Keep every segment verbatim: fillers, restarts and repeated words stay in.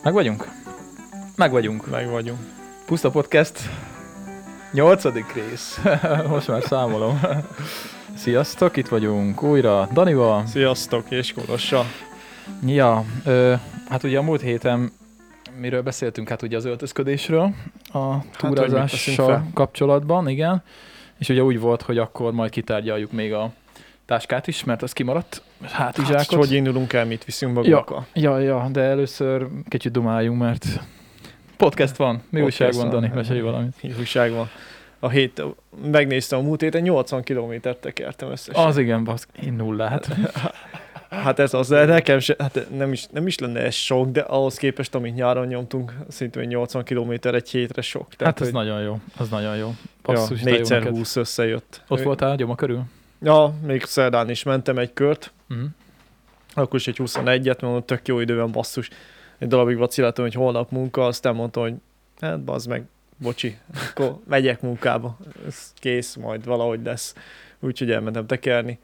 Meg vagyunk? Meg vagyunk. Meg vagyunk. Puszta Podcast. Nyolcadik rész. Most már számolom. Sziasztok, itt vagyunk újra Danival. Sziasztok, és Kolossal. Ja, ö, hát ugye a múlt héten miről beszéltünk, hát ugye az öltözködésről, a túrázással hát, kapcsolatban, igen. És ugye úgy volt, hogy akkor majd kitárgyaljuk még a táskát is, mert az kimaradt, hátizsákot. Hát, hogy indulunk el, mit viszünk magunkkal. Ja, ja, ja, de először kicsit dumáljunk, mert podcast van. Mi újság van, Dani? Mesélj valamit. Mi újság van. A hét, megnéztem a múlt héten, nyolcvan kilométert tekertem összesen. Az igen, basz, én nullát. Hát ez az, nekem se, hát nem is, nem is lenne ez sok, de ahhoz képest, amit nyáron nyomtunk, szintén nyolcvan kilométer egy hétre sok. Tehát, hát ez hogy... nagyon jó, az nagyon jó. Basszus, ja, négyszer húsz összejött. Ott voltál Gyoma körül? Ja, még szerdán is mentem egy kört. Uh-huh. Akkor is egy huszonegyet, mondom, tök jó időben, basszus. Egy darabig vaciláltam, hogy holnap munka, aztán mondtam, hogy hát bazd meg, bocsi, akkor megyek munkába. Ez kész, majd valahogy lesz. Úgyhogy elmentem tekerni.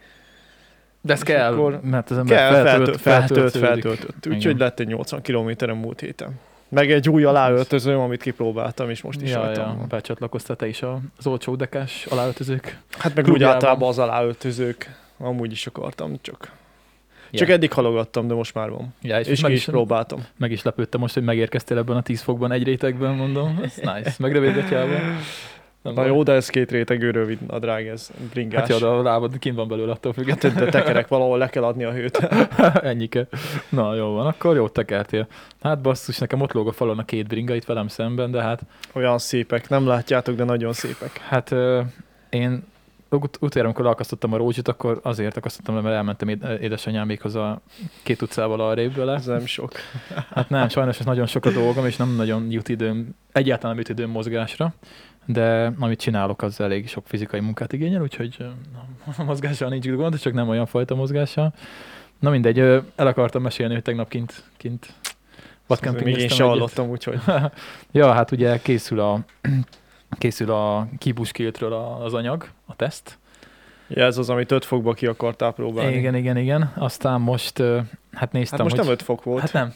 De ez kell, akkor mert az ember kell, feltölt, feltölt, feltölt, feltölt. Úgyhogy lett egy nyolcvan kilométeren múlt héten. Meg egy új aláöltözőm, amit kipróbáltam, és most is ja, rajtam ja. van. Becsatlakoztál te is az olcsó dekás aláöltözők? Hát meg úgy általában az aláöltözők. Amúgy is akartam, csak... Csak yeah. eddig halogattam, de most már van. Ja, és és meg is próbáltam. Meg is lepődtem most, hogy megérkeztél ebben a tíz fokban egy rétegben, mondom. Ez nice. Meg rövidgatjában. Na baj. Jó, de ez két rétegű rövid nadrág, ez bringás. Hát jó, de a lábad kint van belőle attól függetlenül. Hát, de tekerek, valahol le kell adni a hőt. Ennyike. Na jó van, akkor jót tekertél. Hát basszus, nekem ott lóg a falon a két bringa itt velem szemben, de hát... Olyan szépek, nem látjátok, de nagyon szépek. Hát euh, én ut- utána, amikor leakasztottam a rózsit, akkor azért akasztottam le, mert elmentem édesanyámékhoz a két utcával arrébb vele. Ez nem sok. Hát nem, sajnos ez nagyon sok a dolgom, és nem nagyon jut időm, egyáltalán nem jut időm mozgásra. De amit csinálok, az elég sok fizikai munkát igényel, úgyhogy a mozgással nincs gond, csak nem olyan fajta mozgással. Na mindegy, el akartam mesélni, hogy tegnap kint, kint vadkempingeztem. Még én se hallottam, úgyhogy. Ja, hát ugye készül a, készül a kibuskiltről az anyag, a teszt. Ja, ez az, amit öt fokba ki akartál próbálni. Igen, igen, igen. Aztán most, hát néztem, hát most hogy... nem öt fok volt. Hát nem.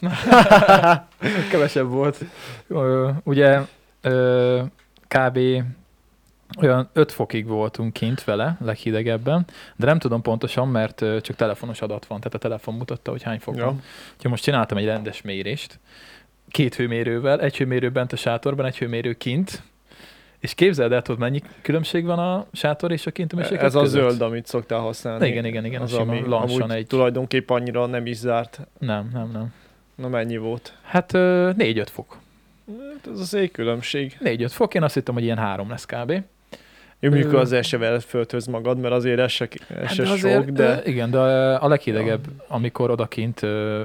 Kevesebb volt. Ugye... kb. Olyan öt fokig voltunk kint vele, leghidegebben, de nem tudom pontosan, mert csak telefonos adat van, tehát a telefon mutatta, hogy hány fok ja. van. Úgyhogy most csináltam egy rendes mérést, két hőmérővel, egy hőmérő bent a sátorban, egy hőmérő kint, és képzeld el, hogy mennyi különbség van a sátor és a kinti mérséklet Ez között? a zöld, amit szoktál használni. Igen, igen, igen. Az, az ami lassan egy... tulajdonképp annyira nem is zárt. Nem, nem, nem. Na mennyi volt? Hát négy-öt fok. Hát ez az különbség. négy-öt fok, én azt hittem, hogy ilyen három lesz kb. Jó, mikor az se veled földhöz magad, mert azért ez se, ez se hát sok, de... Igen, de a leghidegebb, ja. amikor odakint...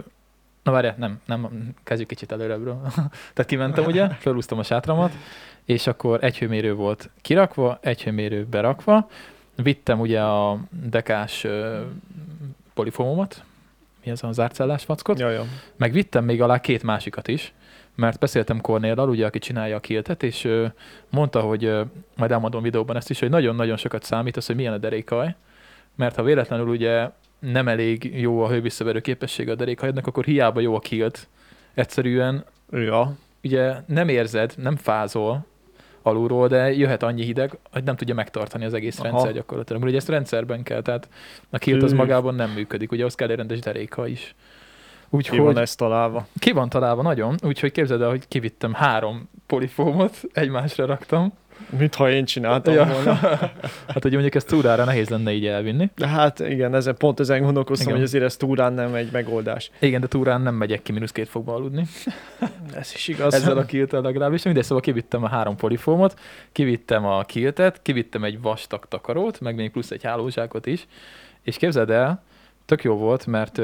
Na várjál, nem, nem, kezdjük kicsit előrebbről. Tehát kimentem ugye, felhúztam a sátramat, és akkor egy hőmérő volt kirakva, egy hőmérő berakva, vittem ugye a dekás polifomomat, mi ez a zártcellás vackot, ja, ja. meg vittem még alá két másikat is, mert beszéltem Kornéllal, ugye, aki csinálja a kiltet, és ö, mondta, hogy ö, majd elmondom videóban ezt is, hogy nagyon-nagyon sokat számít az, hogy milyen a derékhaj, mert ha véletlenül ugye nem elég jó a hővisszaverő képessége a derékhajadnak, akkor hiába jó a kilt. Egyszerűen ja. ugye nem érzed, nem fázol alulról, de jöhet annyi hideg, hogy nem tudja megtartani az egész Aha. rendszer gyakorlatilag. Ugye ezt rendszerben kell, tehát a kilt az magában nem működik, ugye az kell egy rendes derékhaj is. Úgy, ki hogy, van ez találva? Ki van találva, nagyon. Úgyhogy képzeld el, hogy kivittem három polifómot, egymásra raktam. Mintha én csináltam ja. volna. Hát, hogy mondjuk ezt túrára nehéz lenne így elvinni. De hát igen, ezen, pont ezen gondolkoztam, igen. hogy azért ez túrán nem egy megoldás. Igen, de túrán nem megyek ki mínusz két fokba aludni. Ez is igaz. Ezzel a kiltel legalábbis. Mindegy, szóval kivittem a három polifómot, kivittem a kiltet, kivittem egy vastag takarót, meg még plusz egy hálózsákot is. És képzeld el, tök jó volt, mert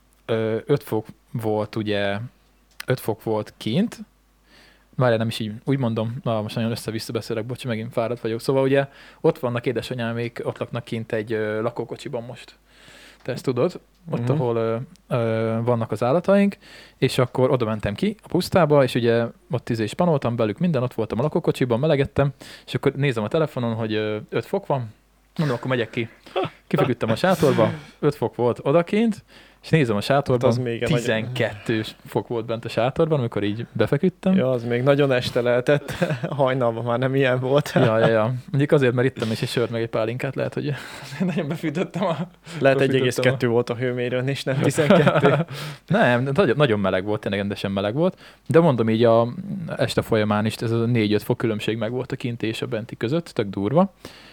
öt fok volt ugye, öt fok volt kint, várjál, nem is így, úgy mondom, na, most nagyon össze-vissza beszélek, bocsi, megint fáradt vagyok. Szóval ugye ott vannak édesanyámék, ott laknak kint egy ö, lakókocsiban most. Te ezt tudod, ott, uh-huh. ahol ö, ö, vannak az állataink, és akkor oda mentem ki a pusztába, és ugye ott tíz és panoltam belük minden, ott voltam a lakókocsiban, melegettem, és akkor nézem a telefonon, hogy ö, öt fok van, mondom, akkor megyek ki. Kifeküdtem a sátorba, öt fok volt odakint, És nézem a sátorban, Hát az még a tizenkettő fok volt bent a sátorban, amikor így befeküdtem. Ja, az még nagyon este lehetett, hajnalban már nem ilyen volt. Ja, ja, ja. Mondjuk azért, mert ittem is egy sört, meg egy pálinkát, lehet, hogy nagyon befűtöttem a... Lehet egy egész kettő volt a hőmérőn is, nem tizenkettő. Nem, nagyon, nagyon meleg volt, tényleg rendesen meleg volt, de mondom így a este folyamán is ez a négy-öt fok különbség meg volt a kinti és a benti között, tök durva.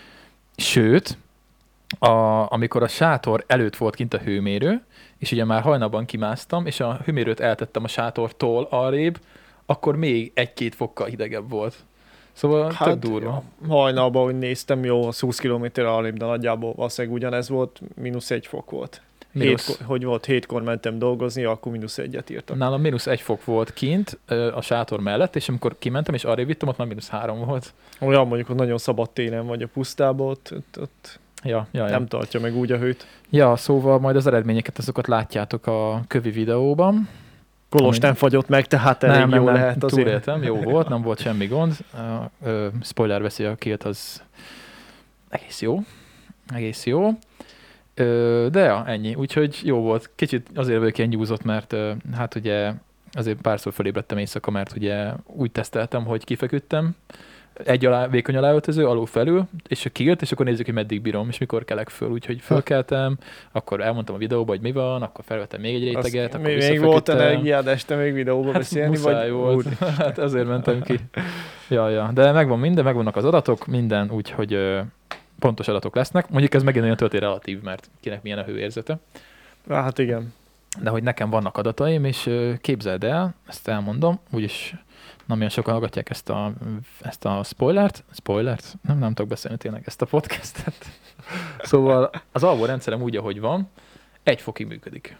Sőt, a, amikor a sátor előtt volt kint a hőmérő, és ugye már hajnalban kimásztam, és a hőmérőt eltettem a sátortól arrébb, akkor még egy-két fokkal hidegebb volt. Szóval hát, tök durva. Hajnalban, hogy néztem, jó, az húsz kilométer arrébb, de nagyjából valószínűleg ugyanez volt, mínusz egy fok volt. Hét, hogy volt, hétkor mentem dolgozni, akkor mínusz egyet írtak. Nálam mínusz egy fok volt kint a sátor mellett, és amikor kimentem, és arrébb vittem, ott már mínusz három volt. Olyan mondjuk, hogy nagyon szabad télen vagy a pusztában, ott, ott, ott ja, ja, nem ja. tartja meg úgy a hőt. Ja, szóval majd az eredményeket, azokat látjátok a kövi videóban. Kolos Amint... nem fagyott meg, tehát elég nem, jó nem, nem, lehet azért. Túléltem, jó volt, nem volt semmi gond. Uh, uh, spoiler veszi a Kilt, az egész jó. Egész jó. Uh, de ja, ennyi. Úgyhogy jó volt. Kicsit azért vagyok ilyen nyúzott, mert uh, hát ugye azért párszor felébredtem éjszaka, mert ugye úgy teszteltem, hogy kifeküdtem. Egy alá, vékony aláöltöző, alul felül, és a Kilt, és akkor nézzük, hogy meddig bírom, és mikor kelek föl. Úgyhogy fölkeltem, akkor elmondtam a videóba, hogy mi van, akkor felvettem még egy réteget, azt akkor még, még volt energiád este még videóba hát beszélni, vagy? Volt. Hát azért mentem ki. Ja, ja. De megvan minden, megvannak az adatok, minden, úgyhogy ö, pontos adatok lesznek. Mondjuk ez megint olyan történet relatív, mert kinek milyen a hőérzete. Hát igen. De hogy nekem vannak adataim, és ö, képzeld el, ezt elmondom, úgyis nem olyan sokan hallgatják ezt a, ezt a spoilert. Spoilert? Nem, nem tudok beszélni tényleg ezt a podcastet. Szóval az alvó rendszerem úgy, ahogy van, egy fokig működik.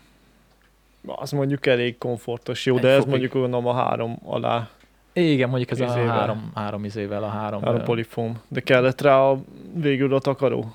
Az mondjuk elég komfortos, jó, egy de ez fokig. Mondjuk gondolom a három alá. Igen, mondjuk ez izével. a három, három izével, a három... Három polifóm. De kellett rá a, végül a takaró?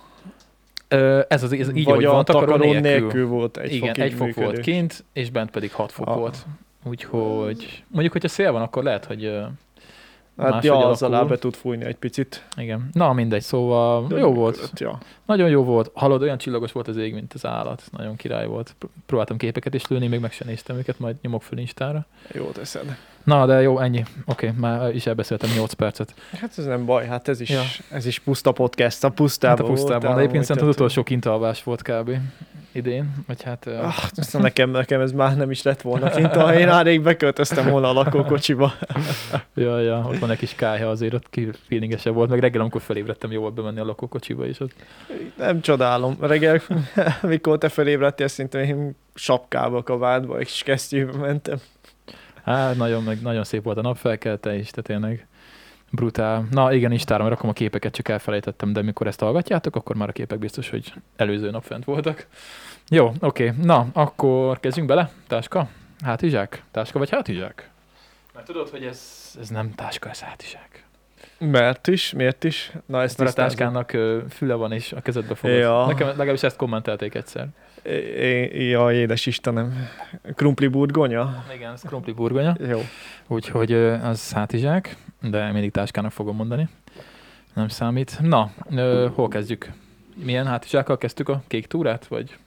Ö, ez az, ez így, vagy ahogy van, takaró, takaró nélkül. nélkül volt egy igen, fokig egy fok működő. volt kint, és bent pedig hat fok ah. volt. Úgyhogy mondjuk, hogyha szél van, akkor lehet, hogy hát ja, az alá be tud fújni egy picit. Igen. Na mindegy, szóval de jó volt. Között, ja. Nagyon jó volt. Hallod, olyan csillagos volt az ég, mint az állat. Nagyon király volt. Próbáltam képeket is lőni, még meg sem néztem őket, majd nyomok föl Instára. Jó teszed. Na, de jó, ennyi. Oké, okay, már is elbeszéltem nyolc percet. Hát ez nem baj, hát ez is, ja. ez is puszta podcast, a pusztában. Hát a pusztában, de egyébként szerintem az utolsó kintalvás volt kb. Idén, vagy hát... Ah, nekem, nekem ez már nem is lett volna kint, ha én már rég beköltöztem volna a lakókocsiba. ja, ja, ott van egy kis kályha, azért ott feelingesebb volt, meg reggel, amikor felébredtem, jó volt bemenni a lakókocsiba is. Ott... Nem csodálom. Reggel, mikor te felébredtél, szinte én sapkába, kabátba, és kesztyűbe mentem. Hát nagyon, meg nagyon szép volt a napfelkelte is, tehát tényleg brutál. Na igen, Instára rakom a képeket, csak elfelejtettem, de mikor ezt hallgatjátok, akkor már a képek biztos, hogy előző nap fent voltak. Jó, oké. Okay. Na, akkor kezdjünk bele. Táska? Hátizsák? Táska vagy hátizsák? Mert tudod, hogy ez, ez nem táska, ez hátizsák. Mert is? Miért is? Na, ezt Mert a táskának uh, füle van és a kezedbe fogod. Ja. Nekem legalábbis ezt kommentelték egyszer. É, ja, édes Istenem. Krumpli burgonya? Igen, ez krumpli burgonya. Jó. Úgyhogy uh, az hátizsák, de mindig táskának fogom mondani. Nem számít. Na, uh, hol kezdjük? Milyen hátizsákkal kezdtük a kék túrát, vagy...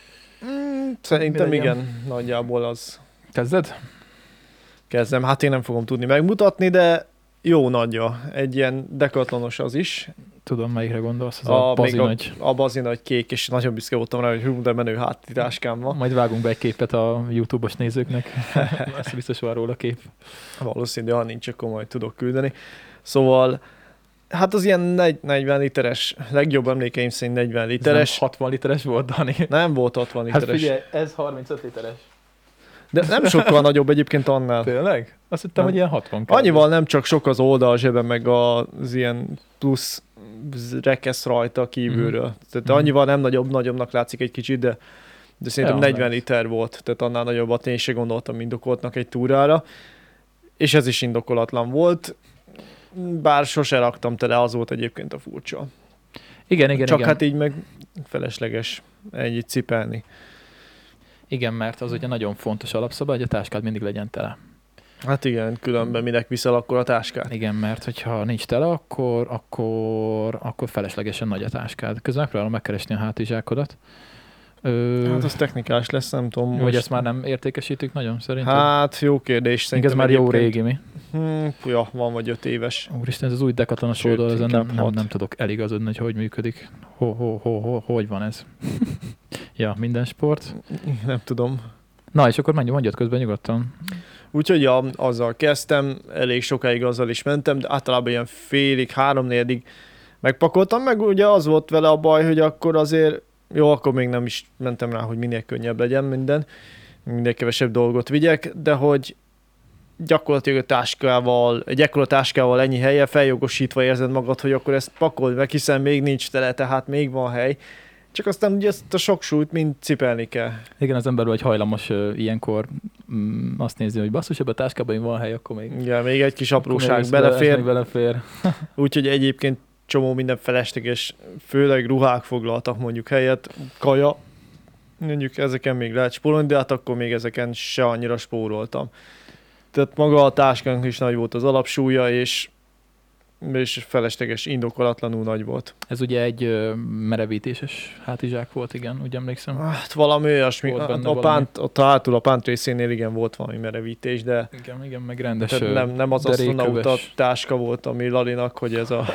Mm, szerintem igen, nagyjából az. Kezded? Kezdem, hát én nem fogom tudni megmutatni, de jó nagyja. Egy ilyen dekatlonos az is. Tudom, melyikre gondolsz, az a, a bazinagy. A, a bazinagy kék, és nagyon büszke voltam rá, hogy hú, de menő hátitáskám van. Majd vágunk be egy képet a YouTube-os nézőknek. Ezt biztos van róla kép. Valószínű, ha nincs, akkor majd tudok küldeni. Szóval, hát az ilyen negyven literes, legjobb emlékeim szerint negyven literes. Ez nem hatvan literes volt, Dani? Nem volt hatvan literes. Hát figyelj, ez harmincöt literes. De nem sokkal nagyobb egyébként annál. Tényleg? Azt hittem, hogy ilyen hatvan. Annyival nem, csak sok az oldal zsebe, meg az ilyen plusz rekesz rajta kívülről. Mm. Tehát mm. annyival nem nagyobb, nagyobbnak látszik egy kicsit, de, de szerintem ja, negyven liter volt, tehát annál nagyobbat én se gondoltam indokoltnak egy túrára. És ez is indokolatlan volt, bár sose raktam tele, az volt egyébként a furcsa. Igen, igen, Csak igen. hát így meg felesleges ennyit cipelni. Igen, mert az ugye nagyon fontos alapszabály, hogy a táskád mindig legyen tele. Hát igen, különben minek viszel akkor a táskát. Igen, mert hogyha nincs tele, akkor, akkor, akkor feleslegesen nagy a táskád. Közben megpróbálom megkeresni a hátizsákodat. Ö, Hát az technikás lesz, nem tudom. vagy most. ezt már nem értékesítük nagyon szerintem? Hát jó kérdés. Még Szerintem ez már jó egyébként- régi, mi? Hmm, ja, van vagy öt éves. Úristen, ez az új Decathlonos Sőt, oldal, ezen nem, inkább nem, hat. nem tudok eligazodni, hogy hogy működik. Ho, ho, ho, ho, hogy van ez? Ja, minden sport. Nem tudom. Na, és akkor menjünk, mondjad közben nyugodtan. Úgyhogy ja, azzal kezdtem, elég sokáig azzal is mentem, de általában ilyen félig, háromnegyedig megpakoltam, meg ugye az volt vele a baj, hogy akkor azért, jó, akkor még nem is mentem rá, hogy minél könnyebb legyen minden, minél kevesebb dolgot vigyek, de hogy gyakorlatilag a táskával, egy ekkora táskával ennyi helye feljogosítva érzed magad, hogy akkor ezt pakold meg, hiszen még nincs tele, tehát még van hely. Csak aztán ugye ezt a sok súlyt mind cipelni kell. Igen, az ember vagy hajlamos uh, ilyenkor mm, azt nézni, hogy basszus, ebbe a táskában van hely, akkor még, Igen, még egy kis akkor még apróság ez bele- ez belefér. még belefér. Úgyhogy egyébként csomó minden felesleges, főleg ruhák foglaltak mondjuk helyet, kaja, mondjuk ezeken még lehet spórolni, de hát akkor még ezeken se annyira spóroltam. Tehát maga a táskánk is nagy volt az alapsúlya, és, és felesleges, indokolatlanul nagy volt. Ez ugye egy uh, merevítéses hátizsák volt, igen, úgy emlékszem. Hát valami olyasmi, Volt a, benne a, valami. pánt, ott hátul a pánt részénél igen volt valami merevítés, de Igen, igen, meg rendes. tehát ö, nem, nem az asztronauta deréköves. táska volt, ami Lalinak, hogy ez a,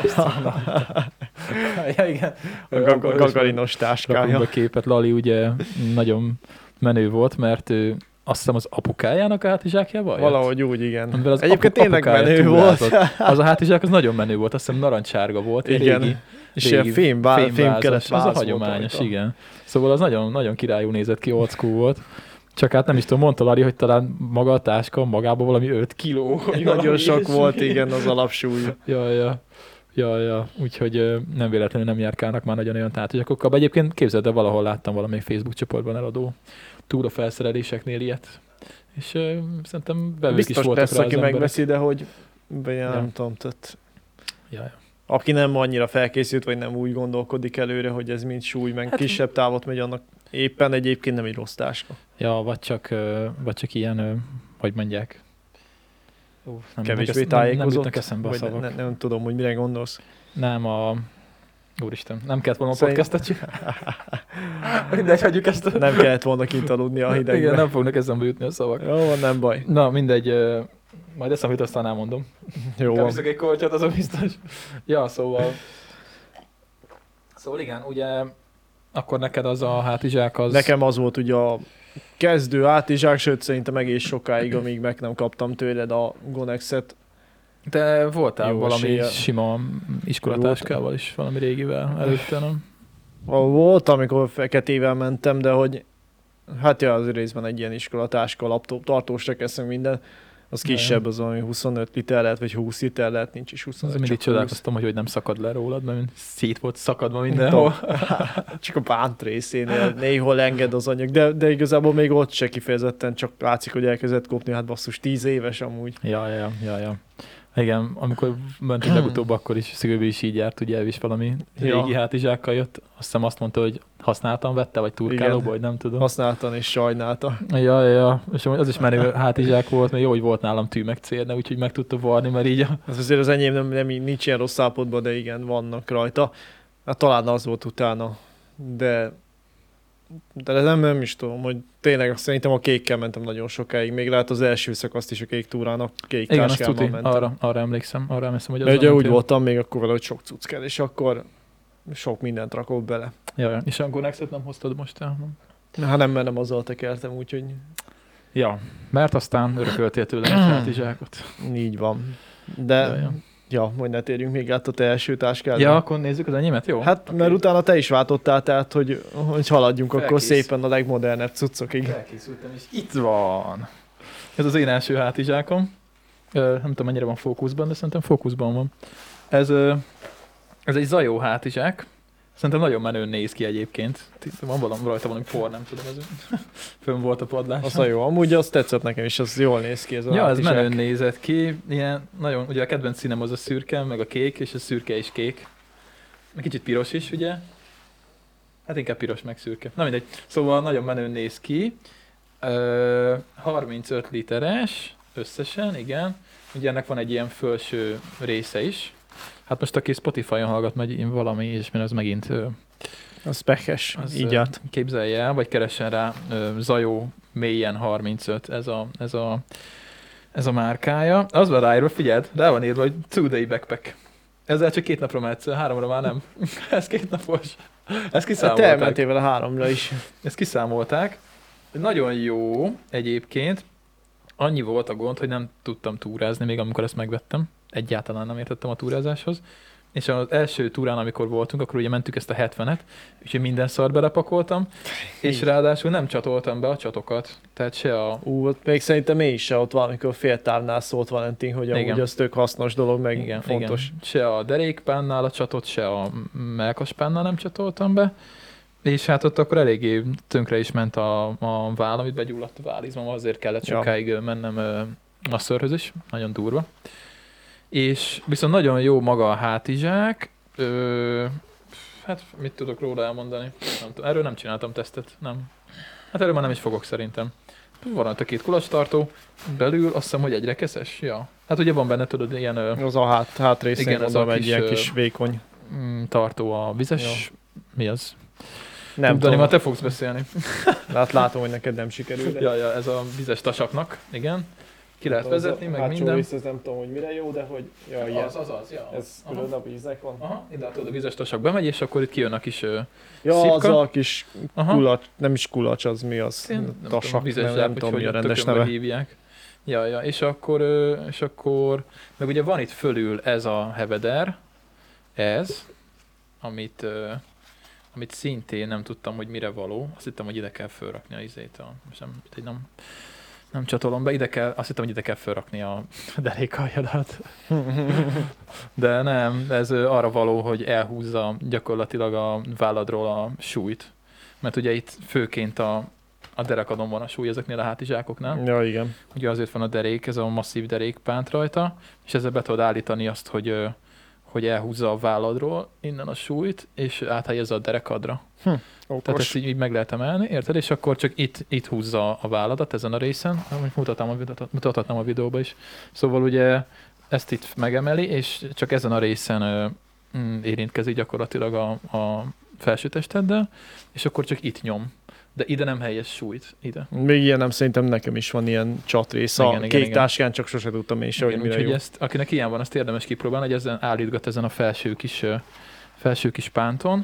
Ja, igen. a gag- gagarinos táskája. Rakunk be képet. Lali ugye nagyon menő volt, mert ő azt hiszem az apukájának a hátizsákjával jött. Valahogy úgy, igen. Amivel az Egyébként apu- tényleg apukája menő volt. túlázott. Az a hátizsák az nagyon menő volt, azt hiszem narancsárga volt. egy Igen. Régi, És ilyen régi fém, vá, fémvázas. fémkelet Az váz a volt hagyományos, rajta. igen. Szóval az nagyon, nagyon királyú nézett ki, old school volt. Csak hát nem is tudom, mondta Lari, hogy talán maga a táska magában valami öt kiló. vagy Nagyon valami sok ilyesmi. volt, igen, az alapsúly. Ja, ja. Ja, ja. Úgyhogy ö, nem véletlenül nem járkálnak már nagyon olyan tátizsakokkal. Egyébként képzeld el, valahol láttam valamelyik Facebook csoportban eladó túra felszereléseknél ilyet. És ö, szerintem vevők is Biztos voltak lesz, rá aki az emberek. megveszi, de hogy be, ja, Ja. nem tudom, tehát Ja, ja. aki nem annyira felkészült, vagy nem úgy gondolkodik előre, hogy ez mind súly, meg Hát- kisebb távot megy, annak éppen egyébként nem egy rossz táska. ja vagy, csak, ö, vagy csak ilyen, ö, hogy mondják. Ó, nem jutnak Kevésbé esz- nem, nem tájékozott, jutnak eszembe a vagy ne, szavak. ne, nem tudom, hogy mire gondolsz. Nem a... Úristen, nem kellett volna a Szerint- podcastot csinálni. Mindegy, hagyjuk ezt. A... Nem kellett volna kint aludni a hidegben. Igen, nem fognak eszembe jutni a szavak. Jó, van, nem baj. Na, mindegy, ö, majd eszembe jut, aztán elmondom. Jó van. Viszek egy kortyot, az a biztos. Ja, szóval... Szóval igen, ugye akkor neked az a hátizsák az... Nekem az volt ugye a kezdő átizsák, sőt szerintem egész sokáig, amíg meg nem kaptam tőled a Gonexet. Te voltál Jó valami eséllyel. sima iskolatáskával is, valami régivel előtte, nem? Volt, amikor feketével mentem, de hogy hát ja, az részben egy ilyen iskolatáska, laptop, tartós rekeszem, minden. Az Ja, kisebb, az ami huszonöt liter lehet, vagy húsz liter lehet, nincs is huszonöt. Az mindig csak húsz. csodálkoztam, hogy, hogy nem szakad le rólad, mert szét volt szakadva Nem mindenhol. tudom. Csak a bánt részénél néhol enged az anyag, de, de igazából még ott se kifejezetten, csak látszik, hogy elkezdett kopni, hát basszus, tíz éves amúgy. Ja, ja, ja, ja. Igen, amikor mentünk legutóbb, akkor is Szigőbe is így járt, ugye ő is valami Ja. régi hátizsákkal jött. Azt hiszem azt mondta, hogy használtan vette, vagy turkálóba, Igen. vagy nem tudom. Használtan és sajnálta. Ja, ja, ja. És amúgy az is menő hátizsák volt, mert jó, hogy volt nálam tű meg cérne, úgyhogy meg tudta varni, mert így a... Ez azért az enyém nem, nem nincs ilyen rossz állapotban, de igen, vannak rajta. Hát talán az volt utána, de de nem, nem is tudom, hogy tényleg szerintem a kékkel mentem nagyon sokáig, még lehet az első szakaszt is a kék túrának kék Igen, azt táskámmal tuti, mentem. arra, arra emlékszem, arra emlékszem, hogy De az ugye úgy voltam még akkor vele, hogy sok cucc kell, és akkor sok mindent rakott bele. Ja, ja. És a Gonexet nem hoztad most el? Nem? Hát nem, mert nem azzal tekertem, úgyhogy Ja, mert aztán örököltél tőle egy hátizsákot. így van. De, Ja, ja. ja, majd ne térjünk még át a te első táskád. Ja, akkor nézzük az enyémet, jó? Hát, mert utána te is váltottál, tehát, hogy, hogy haladjunk akkor Felkész. szépen a legmodernebb cuccokig. Elkészültem, és itt van. Ez az én első hátizsákom. Ö, nem tudom, mennyire van fókuszban, de szerintem fókuszban van. Ez, ö, ez egy Zajó hátizsák. Szerintem nagyon menőn néz ki egyébként. Itt van valami rajta, valami por, nem tudom, ez fönn volt a padláson. Az a jó, amúgy az tetszett nekem is, az jól néz ki ez a Ja, ez hátizsák. menőn nézett ki. Ilyen, nagyon, ugye a kedvenc színem az a szürke, meg a kék, és a szürke is kék. Egy kicsit piros is, ugye? Hát inkább piros, meg szürke. Na mindegy. Szóval nagyon menőn néz ki. Ö, harmincöt literes összesen, igen. Ugye ennek van egy ilyen felső része is. Hát most aki Spotify-on hallgat, megy valami, és mert az megint ö, Az pehes, Az, így ö, át. Képzelje el, vagy keressen rá ö, Zajó mélyen harmincöt, ez a, ez a, ez a márkája. Az van ráírva, figyeld, rá van írva, hogy two-day backpack. Ezzel csak két napra mehetsz, háromra már nem. Ez két napos. Ezt Hát te kiszámolták. elmentél vele háromra is. Ezt kiszámolták. Nagyon jó egyébként. Annyi volt a gond, hogy nem tudtam túrázni, még amikor ezt megvettem. Egyáltalán nem értettem a túrázáshoz. És az első túrán, amikor voltunk, akkor ugye mentük ezt a hetvenet, úgyhogy minden szart belepakoltam, és ráadásul nem csatoltam be a csatokat. Tehát se a... Ú, ott még szerintem én is se ott valamikor féltávnál szólt Valentin, hogy amúgy Igen. az tök hasznos dolog, meg Igen, fontos. igen. Se a derékpánnál a csatot, se a melkaspánnál nem csatoltam be. És hát ott akkor eléggé tönkre is ment a, a váll, amit begyulladt a vállizmom, azért kellett Ja. sokáig ö, mennem ö, masszörhöz is, nagyon durva. És viszont nagyon jó maga a hátizsák, ö, hát mit tudok róla elmondani? Nem tudom. Erről nem csináltam tesztet, nem. Hát erről már nem is fogok szerintem. Van rajta két kulacstartó, belül azt hiszem, hogy egy rekeszes, ja. Hát ugye van benne, tudod, ilyen ö, Az a hát, hátrészén Igen, ez gondolom a egy kis, ilyen ö, kis vékony. mm, tartó a vizes, mi az? Nem Dani, tudom, már te fogsz beszélni. hát látom, hogy neked nem sikerül. De Ja, ja, ez a vizes tasaknak, igen. Ki lehet az a vezetni, meg hátsó minden. rész, ez nem tudom, hogy mire jó, de hogy ja, ilyen. Az, az, az, ja. Ez Aha. külön a vízekon. Aha, ide tudod, a vizes tasak bemegy, és akkor itt kijön a kis ö, Ja, szipka. az a kis aha. kulacs, nem is kulacs, az mi az? Én nem tudom, Tasak, vizes nem, zsák, nem tudom, mi a hogy rendes tökömbe neve. hívják. Ja, ja, és akkor, ö, és akkor, meg ugye van itt fölül ez a heveder, ez, amit, ö, amit szintén nem tudtam, hogy mire való. Azt hittem, hogy ide kell fölrakni a izét, a, most nem, itt nem, nem csatolom be, ide kell, azt hittem, hogy ide kell fölrakni a derékaljadat. De nem, ez ö, arra való, hogy elhúzza gyakorlatilag a válladról a súlyt. Mert ugye itt főként a, a derekadon van a súly ezeknél a hátizsákoknál. Ja, igen. Ugye azért van a derék, ez a masszív derékpánt rajta, és ezzel be tudod állítani azt, hogy, ö, hogy elhúzza a válladról innen a súlyt, és áthelyezze a derekadra. Tehát Okos. ezt így, így meg lehet emelni, érted? És akkor csak itt, itt húzza a válladat ezen a részen, amit mutatnám a, videót- mutathatnám a videóba is. Szóval ugye ezt itt megemeli, és csak ezen a részen ö, mm, érintkezik gyakorlatilag a, a felső testeddel, és akkor csak itt nyom. De ide nem helyez súlyt, ide. Még ilyen nem, szerintem nekem is van ilyen csatrész. A Igen, igen, kék igen. táskán csak sose tudtam én se, hogy Igen, mire úgyhogy jó. ezt, akinek ilyen van, azt érdemes kipróbálni, hogy ezen állítgat ezen a felső kis, ö, felső kis pánton.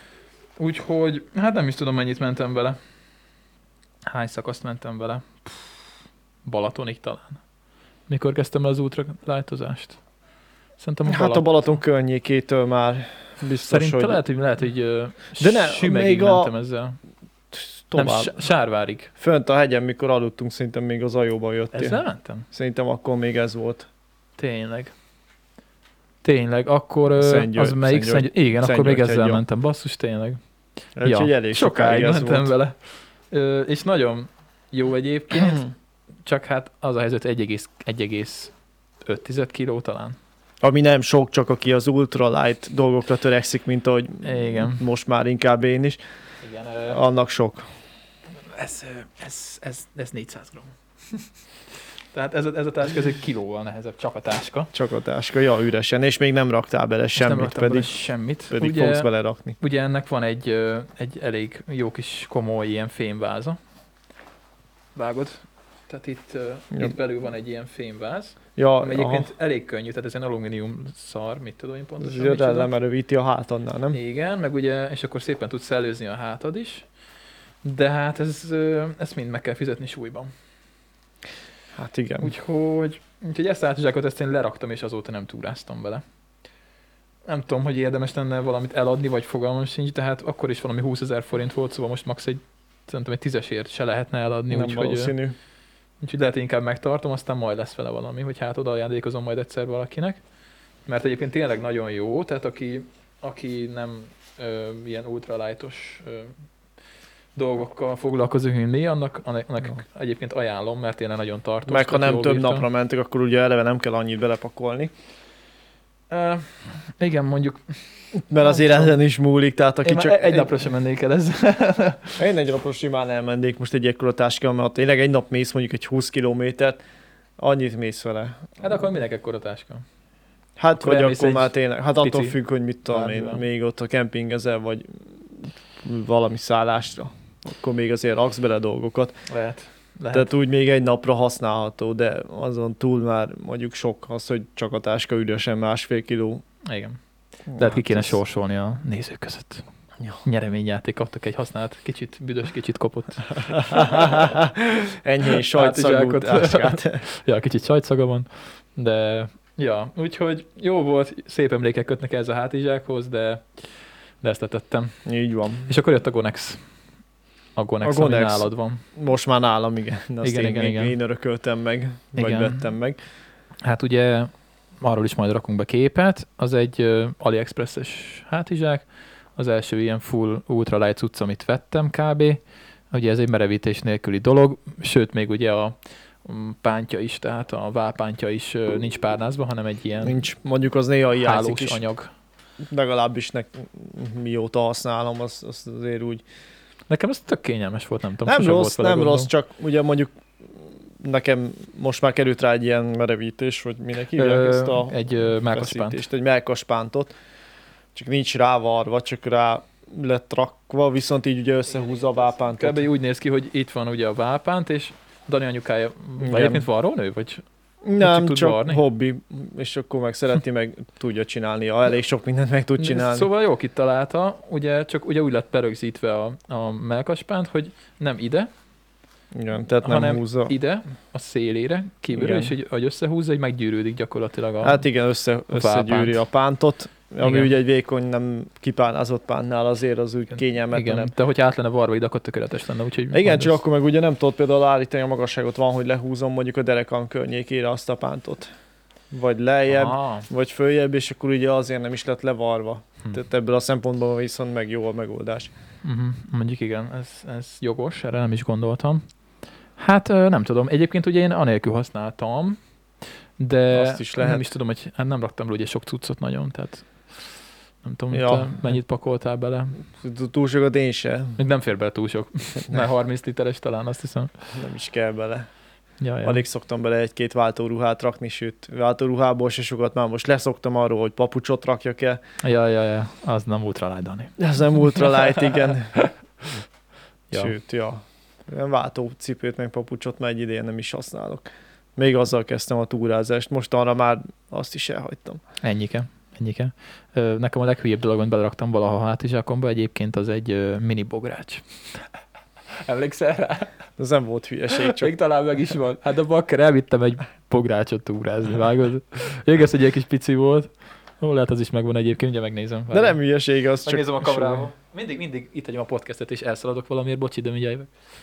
Úgyhogy, hát nem is tudom, mennyit mentem vele. Hány szakaszt mentem vele? Pff, Balatonig talán. Mikor kezdtem el az ultralájtozást? Szerintem a Hát Balaton. a Balaton környékétől már biztos, Szerintem hogy lehet, hogy lehet, hogy ö, De ne, Sümegig még a- mentem ezzel. tovább. Nem, S- Sárvárig. Fönt a hegyen, mikor aludtunk, szerintem még az ajóba jöttél. Ezzel mentem? Szerintem akkor még ez volt. Tényleg. Tényleg, akkor ö, Szentgyörgy- az melyik Szentgyörgy- Szentgyörgy, igen, akkor még Szentgyörgy ezzel hegye. mentem, basszus, tényleg. Úgyhogy elég sokáig ez mentem volt. vele. Ö, és nagyon jó egyébként, csak hát az a helyzet, hogy egy egész öt kiló talán. Ami nem sok, csak aki az ultralight dolgokra törekszik, mint ahogy Igen. most már inkább én is, Igen, ö, annak sok. ez, ö, ez, ez, ez négyszáz gramm. Tehát ez a, ez a táska, ez egy kilóval nehezebb, csak a táska. Csak a táska, ja, üresen, és még nem raktál bele És nem semmit, raktam bele pedig, semmit. pedig ugye, fogsz bele rakni. ugye ennek van egy, ö, egy elég jó kis komoly ilyen fémváza. Vágod? Tehát itt, ö, Ja. itt belül van egy ilyen fémváz, Ja, ami aha, egyébként elég könnyű, tehát ez egy alumínium szar, mit tudom én ez pontosan. jön micsoda. lemerővíti a hátadnál, nem? Igen, meg ugye, és akkor szépen tudsz szellőzni a hátad is, de hát ez, ö, ezt mind meg kell fizetni súlyban. Hát igen. Úgyhogy, úgyhogy ezt a hátizsákot ezt én leraktam, és azóta nem túráztam vele. Nem tudom, hogy érdemes lenne valamit eladni, vagy fogalmam sincs, tehát akkor is valami húszezer forint volt, szóval most max egy, szerintem egy tízesért se lehetne eladni, nem úgyhogy, ö, valószínű. úgyhogy lehet, hogy inkább megtartom, aztán majd lesz vele valami, hogy hát oda ajándékozom majd egyszer valakinek. Mert egyébként tényleg nagyon jó, tehát aki, aki nem ö, ilyen ultralájtos ö, dolgokkal foglalkozik, mint mi, annak, annak, annak Ja. egyébként ajánlom, mert tényleg nagyon tartós. Meg ha tök nem jól több bírtam. napra mentek, akkor ugye eleve nem kell annyit belepakolni. Uh, igen, mondjuk. Mert azért tudom. ezen is múlik, tehát aki Én csak csak egy napra sem mennék el ezzel. Én egy napra simán elmennék most egy ekkora táskával, mert ha tényleg egy nap mész mondjuk egy húsz kilométert, annyit mész vele. Hát akkor minek ekkora táska? Hát Akkor vagy elmész akkor egy már tényleg, hát attól pici függ, hogy mit tudom én, bármivel. még ott a kempingezel, vagy valami szállásra. Akkor még azért raksz bele dolgokat. Lehet. Lehet. Tehát úgy még egy napra használható, de azon túl már mondjuk sok az, hogy csak a táska ügyesen másfél kiló. Igen. De hát ki kéne ez... sorsolni a nézők között. Ja. Nyereményjáték, kaptak egy használt, kicsit büdös, kicsit kopott. Enyhén sajtszagú táskát. Ja, kicsit sajtszaga van, de ja, úgyhogy jó volt, szép emlékek kötnek ez a hátizsákhoz, de, de ezt letettem. Így van. És akkor jött a Gonex. A Gonex, a Gonex. ami nálad van. Most már nálam, igen. De azt Igen, én, igen, én, igen. én örököltem meg, vagy Igen. vettem meg. Hát ugye arról is majd rakunk be képet, az egy uh, AliExpress-es hátizsák, az első ilyen full ultralight cucc, amit vettem kb. Ugye ez egy merevítés nélküli dolog, sőt még ugye a pántja is, tehát a válpántja is uh, nincs párnázva, hanem egy ilyen Nincs, mondjuk az néha hiányzik hálós is. anyag. Legalábbis nek, mióta használom, az, az azért úgy. Nekem ez tök kényelmes volt, nem tudom. Nem sosem rossz, volt vele nem gondom. rossz, csak ugye mondjuk nekem most már került rá egy ilyen merevítés, vagy minek hívják Ö, ezt a egy ö, melkaspánt. feszítést, egy melkaspántot, csak nincs rávarva, csak rá lett rakva, viszont így ugye összehúzza a válpántot. Kb. Úgy néz ki, hogy itt van ugye a válpánt, és Dani anyukája, Igen. vagy egyébként varrónő, vagy Nem, tud csak varni? hobbi, és akkor meg szereti, meg tudja csinálni. Ja, elég sok mindent meg tud csinálni. Szóval jó kitalálta, ugye csak ugye úgy lett berögzítve a, a melkaspánt, hogy nem ide, Igen, tehát nem hanem húzza. ide, a szélére, kívülről, Igen. és így, hogy összehúzza, hogy meggyűrűdik gyakorlatilag a... Hát igen, össze, összegyűri a pántot, ami Igen. ugye egy vékony, nem kipánázott pánnál azért az úgy kényelmetlen. Igen, de hogyha át lenne varva ide, akkor tökéletes lenne, úgyhogy... Igen, majd csak ez- akkor meg ugye nem tudod például állítani a magasságot, van, hogy lehúzom mondjuk a derekam környékére azt a pántot. Vagy lejjebb, Aha. vagy följebb, és akkor ugye azért nem is lett levarva. Hm. Tehát ebből a szempontból viszont meg jó a megoldás. Uh-huh. Mondjuk igen, ez, ez jogos, erre nem is gondoltam. Hát ö, nem tudom, egyébként ugye én anélkül használtam, de Azt is lehet. nem is tudom, hogy hát nem raktam le ugye sok cuccot nagyon, tehát nem tudom, Ja. te mennyit pakoltál bele. Túl sokat én se, Még nem fér bele túl sok, mert harminc literes talán, azt hiszem. nem is kell bele. Ja, ja. Alig szoktam bele egy-két váltóruhát rakni, sőt, váltóruhából se sokat, már most leszoktam arról, hogy papucsot rakjak el. Ja, ja, ja, az nem ultralight, Dani. Ez nem ultralight, igen. Ja. Sőt, ja. Nem váltó cipőt meg papucsot már egy ideje nem is használok. Még azzal kezdtem a túrázást, most arra már azt is elhagytam. Ennyike, ennyike. Ö, nekem a leghülyebb dolog, amit beleraktam valaha a hátizsákomba, egyébként az egy ö, mini bogrács. Emlékszel rá? Ez nem volt hülyeség, csak Még talán meg is van. Hát a bakker elvittem egy bográcsot túrázni, vágod? Igaz, hogy egy kis pici volt. Ó, lehet az is megvan egyébként, ugye megnézem. de nem hülyeség, az csak... Megnézem a kamerával. Mindig, mindig itt hagyom a podcastet, és elszaladok valamiért, bocsi, de mindjárt jövök.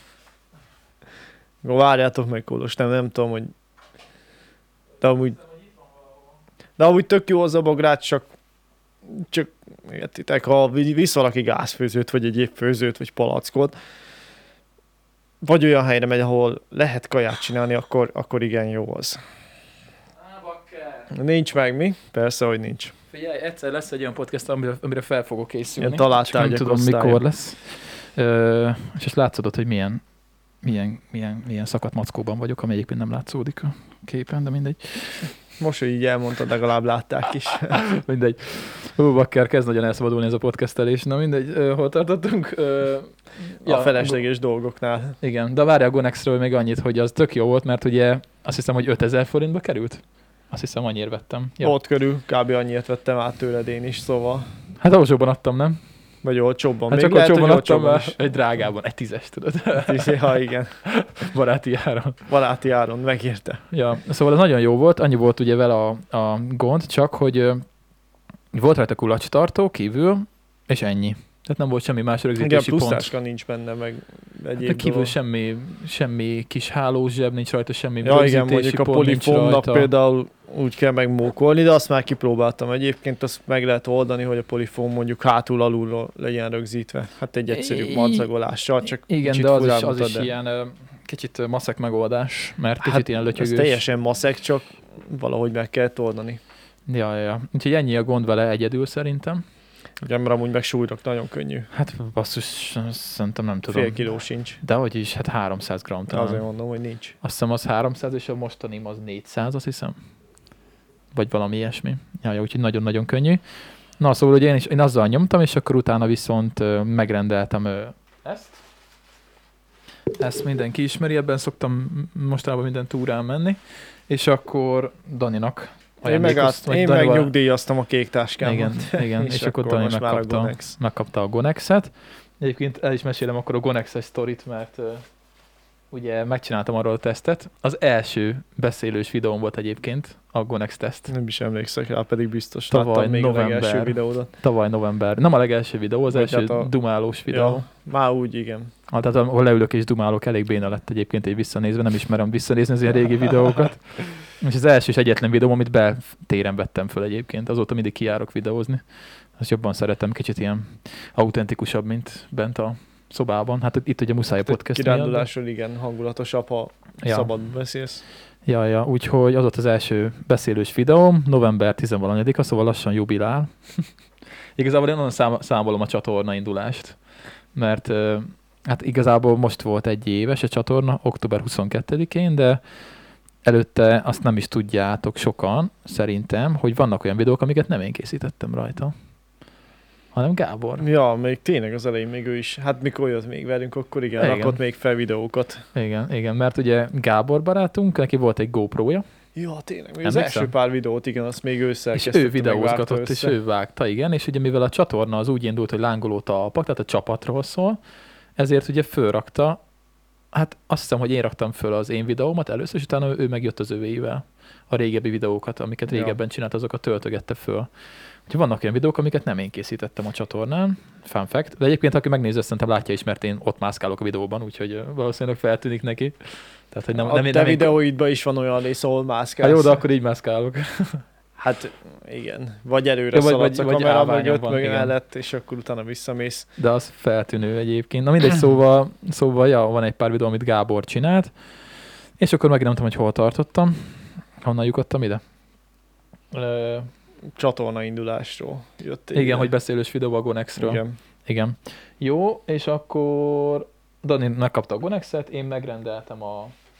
Jó, várjátok meg, Kolos, nem, nem tudom, hogy... De amúgy... De amúgy tök jó az a bogrács, csak... Csak, értitek, ha visz valaki gázfőzőt, vagy egy főzőt, vagy palackot, vagy olyan helyre megy, ahol lehet kaját csinálni, akkor, akkor igen jó az. Á, bakker. Nincs meg mi? Persze, hogy nincs. Figyelj, egyszer lesz egy olyan podcast, amire, amire fel fogok készülni. Ilyen találtál Csak nem egy tudom, osztályon. mikor lesz. Ö, és ezt látszódott, hogy milyen, milyen, milyen, milyen szakadt mackóban vagyok, ami egyébként nem látszódik a képen, de mindegy. Most, hogy így elmondtad, legalább látták is. Mindegy. Hú, bakker, kezd nagyon elszabadulni ez a podcastelés. Na mindegy, ö, hol tartottunk? Ö, Ja, a felesleges dolgoknál. Igen, de várjál a Gonexről még annyit, hogy az tök jó volt, mert ugye azt hiszem, hogy ötezer forintba került. Azt hiszem, annyira vettem. Ja. Ott körül kb. Annyit vettem át tőled én is, szóval. Hát olcsóban adtam, nem? Vagy olcsóbban. Hát Még csak lehet, olcsóban hogy adtam, olcsóbban mert egy drágában, egy tízes, tudod. is. Ja, igen. Baráti áron. Baráti áron, megérte. Ja, szóval ez nagyon jó volt, annyi volt ugye vele a, a gond, csak hogy ö, volt rajta kulacstartó kívül, és ennyi. Tehát nem volt semmi más Igen, rögzítési pont. plusztáska nincs benne, meg egyéb De kívül dolog. semmi, semmi kis hálós zseb, nincs rajta semmi Ja, igen, rögzítési mondjuk a pont, nincs polifomnak rajta. például úgy kell megmókolni, de azt már kipróbáltam. Egyébként azt meg lehet oldani, hogy a polifóm mondjuk hátul alulról legyen rögzítve. Hát egy egyszerű I- madzagolással, csak Igen, kicsit de az is, furán az mutat, is de- ilyen ö, kicsit maszek megoldás, mert kicsit Hát ilyen ez lötyögős. teljesen maszek, csak valahogy meg kell oldani. Ja, ja, ja. Úgyhogy ennyi a gond vele egyedül szerintem. Ugye, mert amúgy meg súlynak nagyon könnyű. Hát basszus, szerintem nem tudom. Fél kiló sincs. De hogy is, hát háromszáz gramm talán. Azért mondom, hogy nincs. Azt hiszem az háromszáz, és a mostanim az négyszáz, azt hiszem. Vagy valami ilyesmi. Ja, ja, úgyhogy nagyon-nagyon könnyű. Na, szóval ugye én is én azzal nyomtam, és akkor utána viszont ö, megrendeltem ö, ezt. Ezt mindenki ismeri, ebben szoktam mostanában minden túrán menni. És akkor Daninak Én meg, át, én meg nyugdíjaztam a kék táskámat. Igen, igen. és, és akkor, akkor Dani megkapta, a megkapta a Gonexet. Egyébként el is mesélem akkor a Gonexes sztorit, mert uh, ugye megcsináltam arról a tesztet. Az első beszélős videóm volt egyébként a Gonex teszt. Nem is emlékszek rá, pedig biztos tavaly láttam még november, a legelső videódat. Tavaly november. Nem a legelső videó, az Vagy első hát a... dumálós videó. Ja, már úgy, igen. Ah, tehát ahol leülök és dumálok, elég béna lett egyébként egy visszanézve, nem ismerem visszanézni az ilyen régi videókat. És az első és egyetlen videóm, amit beltéren vettem föl egyébként, azóta mindig kijárok videózni. Azt jobban szeretem, kicsit ilyen autentikusabb, mint bent a szobában. Hát itt ugye muszáj a podcast miatt. Kirándulásról igen, hangulatosabb, ha ja. szabad beszélsz. Ja, ja, úgyhogy az volt az első beszélős videóm, november tizenvaladika, szóval lassan jubilál. Igazából én onnan szám, számolom a csatorna indulást, mert hát igazából most volt egy éves a csatorna, október huszonkettedikén, de előtte azt nem is tudjátok sokan, szerintem, hogy vannak olyan videók, amiket nem én készítettem rajta, hanem Gábor. Ja, még tényleg az elején még ő is, hát mikor jött még velünk, akkor igen, igen. rakott még fel videókat. Igen, igen, mert ugye Gábor barátunk, neki volt egy GoPro-ja. Ja, tényleg, még az első pár videót, igen, azt még ő szerkesztette, és ő videózgatott, és ő vágta, igen, és ugye mivel a csatorna az úgy indult, hogy lángoló talpak, tehát a csapatról szól, ezért ugye fölrakta, hát azt hiszem, hogy én raktam föl az én videómat először, és utána ő megjött az övéivel. A régebbi videókat, amiket régebben csinált, azokat töltögette föl. Úgyhogy vannak olyan videók, amiket nem én készítettem a csatornán. Fun fact. De egyébként, aki megnézi, szerintem látja is, mert én ott mászkálok a videóban, úgyhogy valószínűleg feltűnik neki. Tehát, hogy nem, a nem, te nem videóidban én... is van olyan rész, ahol mászkálsz. Hát jó, de akkor így mászkálok. Hát igen. Vagy előre ja, szaladsz a kamera mögött, meg mellett, és akkor utána visszamész. De az feltűnő egyébként. Na mindegy, szóval, szóval ja, van egy pár videó, amit Gábor csinált, és akkor megint nem tudom, hogy hol tartottam. Honnan lyukadtam ide? Ö... Csatorna indulásról jött. Igen, ide. Hogy beszélős videóban a Gonexről. Igen. Igen. Jó, és akkor Dani megkapta a Gonexet, én megrendeltem a,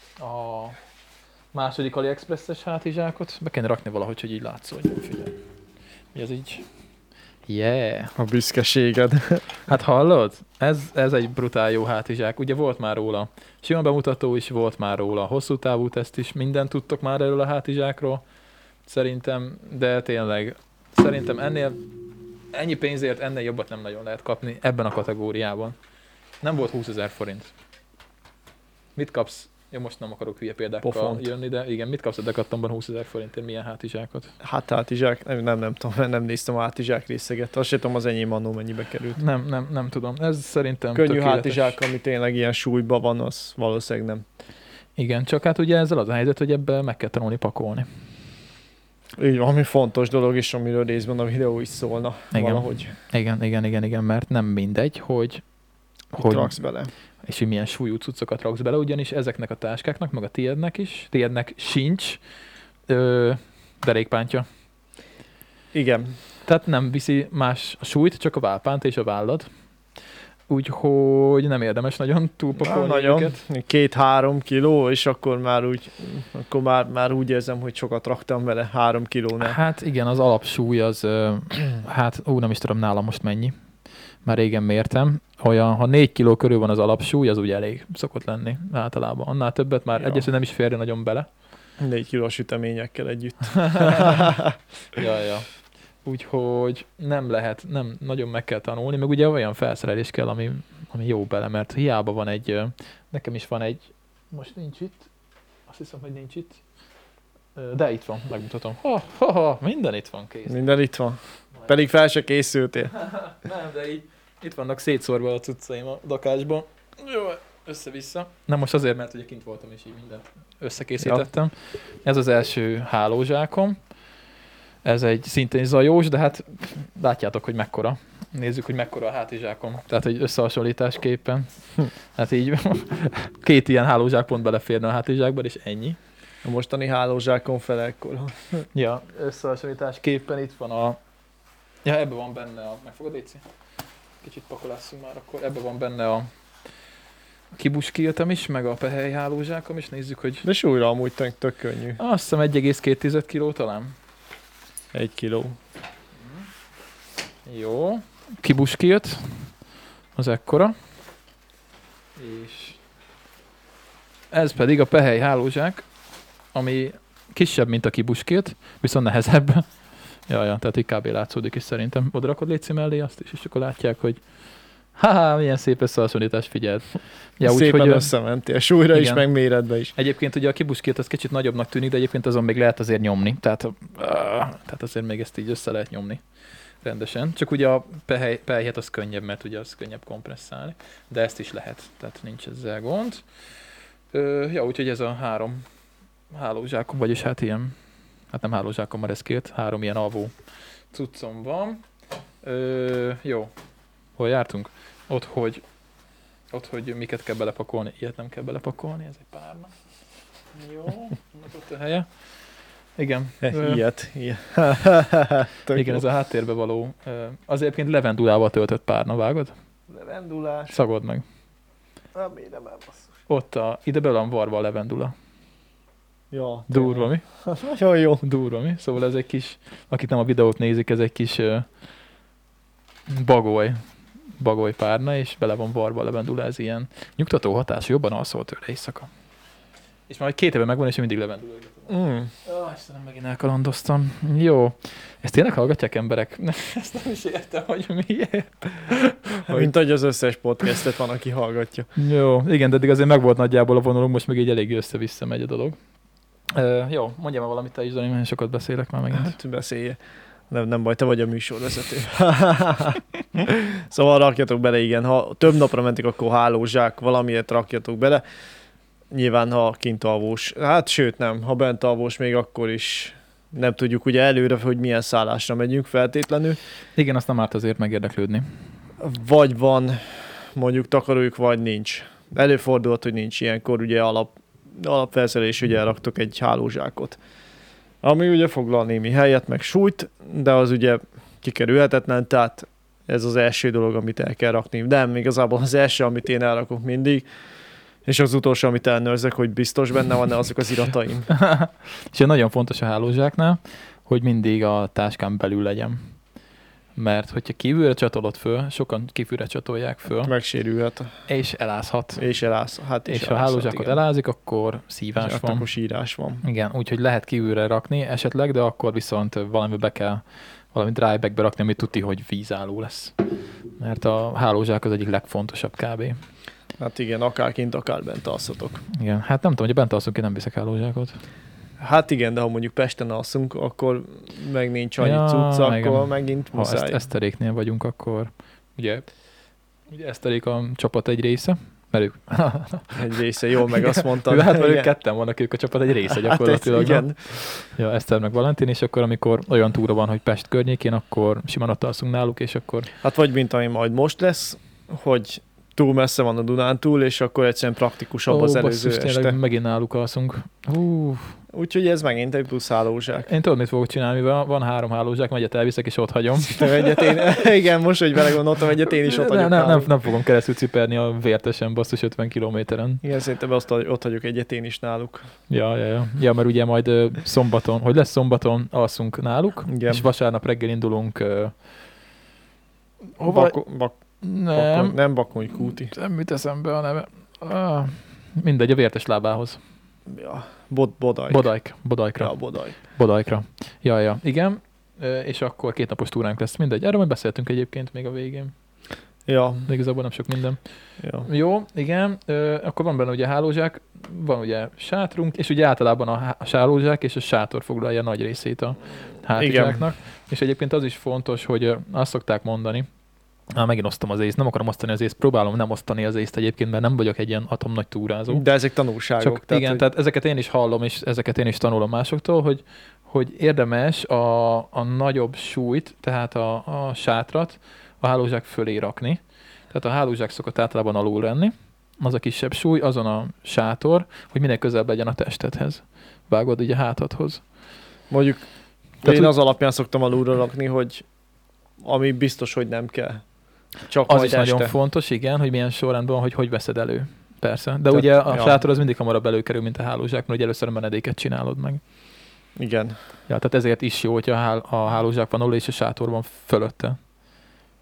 a második AliExpress-es hátizsákot. Be kéne rakni valahogy, hogy így látszódjon. Figyelj. Ez így... Yeah! A büszkeséged. Hát hallod? Ez, ez egy brutál jó hátizsák. Ugye volt már róla sima bemutató is, volt már róla hosszú távú teszt is, mindent tudtok már erről a hátizsákról. Szerintem, de tényleg, szerintem ennél, ennyi pénzért ennél jobbat nem nagyon lehet kapni ebben a kategóriában. Nem volt húszezer forint. Mit kapsz? Ja, most nem akarok hülye példákkal Pofont. jönni, de igen, mit kapsz a Decathlonban húszezer forintért, milyen hátizsákot? Hát hátizsák, nem, nem, nem tudom, nem néztem a hátizsák részeget. Azt sem tudom, az enyém annó mennyibe került. Nem, nem, nem tudom. Ez szerintem könnyű tökéletes. hátizsák, ami tényleg ilyen súlyban van, az valószínűleg nem. Igen, csak hát ugye ezzel az a helyzet, hogy ebbe meg kell tanulni pakolni. Így van, ami fontos dolog is, amiről részben a videó is szólna igen. valahogy. Igen, igen, igen, igen, mert nem mindegy, hogy... hogy raksz bele. És hogy milyen súlyú cuccokat raksz bele, ugyanis ezeknek a táskáknak, meg a tiédnek is, tiédnek sincs ö, derékpántja. Igen. Tehát nem viszi más a súlyt, csak a válpánt és a vállad. Úgyhogy nem érdemes nagyon túlpakolni nagyon. őket. Két-három kiló, és akkor már úgy, akkor már, már úgy érzem, hogy sokat raktam vele, három kilónál. Hát igen, az alapsúly az, hát ó, nem is tudom nálam most mennyi. Már régen mértem. Olyan, ha négy kiló körül van az alapsúly, az úgy elég szokott lenni általában. Annál többet már ja. egyesül nem is férje nagyon bele. négy kilós üteményekkel együtt. ja, ja. Úgyhogy nem lehet, nem nagyon meg kell tanulni, meg ugye olyan felszerelés kell, ami, ami jó bele, mert hiába van egy, nekem is van egy, most nincs itt, azt hiszem, hogy nincs itt, de itt van, megmutatom. Ha, ha, ha, minden itt van, kész. Minden itt van. Pedig fel se készültél. Nem, de így itt vannak szétszórva a cuccaim a dakásban. Jó, össze-vissza. Nem most azért, mert ugye kint voltam és így mindent összekészítettem. Ja. Ez az első hálózsákom. Ez egy szintén zajós, de hát látjátok, hogy mekkora. Nézzük, hogy mekkora a hátizsákom. Tehát egy összehasonlításképpen. Hát így két ilyen hálózsák pont beleférne a hátizsákba, és ennyi. A mostani hálózsákon fele ekkora. Ja, összehasonlításképpen itt van a... Ja, ebben van benne a... Megfogod, Léci? Kicsit pakolásszunk már akkor. Ebben van benne a kibuskiltem is, meg a pehely hálózsákom is. Nézzük, hogy... De súlyra amúgy tök, tök könnyű. Azt hiszem egy egész két kiló talán. Egy kiló. Jó. Kibuskilt. Az ekkora. És ez pedig a pehely hálózsák, ami kisebb, mint a kibuskilt, viszont nehezebb. Jaj, ja, tehát így kb. Látszódik is szerintem. Oda rakod létszi mellé azt is, és akkor látják, hogy haha, milyen szép összehasonlítás, figyeld. Ja, szépen úgy, összementél, súlyra igen. is, meg méretbe is. Egyébként ugye a kibuskilt az kicsit nagyobbnak tűnik, de egyébként azon még lehet azért nyomni. Tehát, uh, tehát azért még ezt így össze lehet nyomni rendesen. Csak ugye a pehely, pehelyet az könnyebb, mert ugye az könnyebb kompresszálni. De ezt is lehet, tehát nincs ezzel gond. Uh, ja, úgyhogy ez a három hálózsákom, vagyis hát ilyen, hát nem hálózsákom, már ez két, három ilyen alvó cuccom van. Uh, jó, hol jártunk? Ott, hogy Ott, hogy miket kell belepakolni. Ilyet nem kell belepakolni, ez egy párna. Jó, ott a helye. Igen. Ilyet, ilyet. Igen, ez a háttérbe való. Az egyébként levendulával töltött párna, vágod? Levendulás. Szagod meg. Nem, miért nem elbasszus. Ott a, ide be van varva a levendula. Ja. Durva, mi? Nagyon jó. Durva, mi? Szóval ez egy kis, akik nem a videót nézik, ez egy kis uh, bagoly. bagoly párna, és bele van varva a levendula, ez ilyen nyugtató hatás, jobban alszol tőle éjszaka. És már két éve megvan, és mindig levendula. Mm. Oh, Istenem, megint elkalandoztam. Jó. Ezt tényleg hallgatják emberek? Ezt nem is értem, hogy miért. Mint hogy az összes podcastet van, aki hallgatja. Jó, igen, de eddig azért meg volt nagyjából a vonalunk, most meg így elég össze-vissza megy a dolog. Uh, jó, mondjam már valamit te is, Dani, mert sokat beszélek már megint. Hát beszélje. Nem, nem baj, te vagy a műsorvezető. Szóval rakjatok bele, igen. Ha több napra mentek, akkor hálózsák, valamiért rakjatok bele. Nyilván, ha kint alvós. Hát sőt nem, ha bent alvós, még akkor is nem tudjuk ugye előre, hogy milyen szállásra megyünk feltétlenül. Igen, azt nem árt azért megérdeklődni. Vagy van mondjuk takarójuk, vagy nincs. Előfordulhat, hogy nincs ilyenkor, ugye alap, alapfelszerelés, ugye elraktok egy hálózsákot. Ami ugye foglal némi helyet, meg súlyt, de az ugye kikerülhetetlen, tehát ez az első dolog, amit el kell rakni. De nem, igazából az első, amit én elrakok mindig, és az utolsó, amit elnőrzek, hogy biztos benne van-e azok az irataim. És nagyon fontos a hálózsáknál, hogy mindig a táskán belül legyen. Mert hogyha kívülre csatolod föl, sokan kívülre csatolják föl. Megsérülhet. És elázhat. És elázhat. Hát és ha a hálózsákot igen. elázik, akkor szívás és van. Akkor sírás van. Igen, úgyhogy lehet kívülre rakni esetleg, de akkor viszont valami be kell, valami drybackbe rakni, ami tuti, hogy vízálló lesz. Mert a hálózsák az egyik legfontosabb kb. Hát igen, akár kint, akár bent alszatok. Igen, hát nem tudom, hogy bent alszunk, én nem viszek hálózsákot. Hát igen, de ha mondjuk Pesten alszunk, akkor meg nincs annyi ja, cucca, akkor igen. megint muszáj. Ha ezt, Eszteréknél vagyunk, akkor ugye, ugye Eszterék a csapat egy része, mert ők... egy része, jó, meg azt mondtad. Hát mert ők ketten vannak, ők a csapat egy része gyakorlatilag. Hát igen. Ja, Eszter meg Valentin, és akkor amikor olyan túra van, hogy Pest környékén, akkor simán ott alszunk náluk, és akkor... Hát vagy mint ami majd most lesz, hogy túl messze van a Dunántúl, és akkor egyszerűen praktikusabb Ó, az előző basszus, este. Tényleg megint náluk alszunk. Hú. Úgyhogy ez megint egy plusz hálózsák. Én tudod, mit fogok csinálni, mivel van három hálózsák, egyet elviszek, és ott hagyom. egyet én, igen, most, hogy belegondoltam, egyet én is ott hagyok. Nem, nem, nem fogom keresztül ciperni a vértesen basszus ötven kilométeren. Igen, szerintem azt, ott hagyok egyet én is náluk. Ja, ja, ja. Ja, mert ugye majd uh, szombaton, hogy lesz szombaton, alszunk náluk, igen. És vasárnap reggel indulunk uh, hova? Bak- bak- nem. Bakony, nem Bakony Kúti. Nem mit eszembe a neve. Ah, mindegy, a vértes lábához. Ja, bod, bodajk. Bodajk. Bodajkra. Ja, bodajk. Bodajkra. Ja, ja. Igen. És akkor két napos túránk lesz, mindegy. Erről majd beszéltünk egyébként még a végén. Ja. De igazából nem sok minden. Ja. Jó, igen. Akkor van benne ugye hálózsák, van ugye sátrunk, és ugye általában a hálózsák és a sátor foglalja nagy részét a hátizsáknak. És egyébként az is fontos, hogy azt szokták mondani, Á, megint osztom az észt, nem akarom osztani az észt, próbálom nem osztani az észt egyébként, mert nem vagyok egy ilyen atomnagy túrázó. De ezek tanulságok. Csak tehát, igen, hogy... tehát ezeket én is hallom, és ezeket én is tanulom másoktól, hogy, hogy érdemes a, a nagyobb súlyt, tehát a, a sátrat a hálózsák fölé rakni. Tehát a hálózsák szokott általában alul lenni, az a kisebb súly, azon a sátor, hogy minél közelebb legyen a testedhez. Vágod így a hátadhoz. Mondjuk tehát én úgy... az alapján szoktam alulra rakni, hogy ami biztos, hogy nem kell. Csak az is este. Nagyon fontos, igen, hogy milyen sorrendben, hogy hogy veszed elő. Persze. De Tehát, ugye a ja. sátor az mindig hamarabb előkerül, mint a hálózsák, mert ugye először a menedéket csinálod meg. Igen. Ja, tehát ezért is jó, hogyha a hálózsák van alul, és a sátor van fölötte.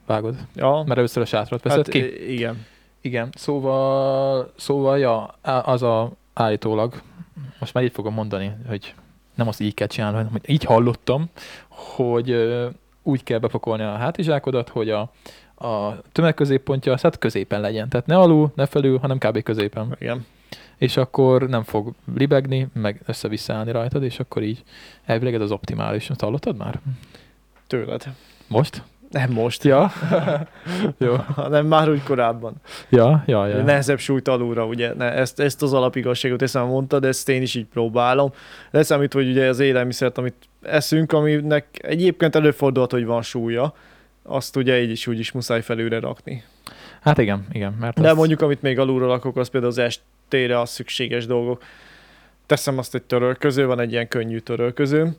vágod. Ja, Mert először a sátrat veszed hát ki. i- igen. Igen, szóval, szóval ja, az a állítólag, most már így fogom mondani, hogy nem azt így kell csinálni, hanem hogy így hallottam, hogy ö, úgy kell bepakolni a hátizsákodat, hogy a, a tömegközéppontja hát középen legyen. Tehát ne alul, ne felül, hanem kb. Középen. Igen. És akkor nem fog libegni, meg össze-vissza állni rajtad, és akkor így elvileg ez az optimális. Azt hallottad már? Tőled. Most? Nem most. Ja. Jó. Hanem már úgy korábban. Ja, ja, ja. Nehezebb súlyt alulra, ugye. Ne, ezt, ezt az alapigazságot eszem mondtad, ezt én is így próbálom. Leszámít, hogy ugye az élelmiszert, amit eszünk, aminek egyébként előfordulhat, hogy van súlya, azt ugye így is úgy is muszáj felülre rakni. Hát igen, igen. Mert De azt... mondjuk, amit még alulra lakok, az például az estére az szükséges dolgok. Teszem azt egy törölköző, van egy ilyen könnyű törölköző.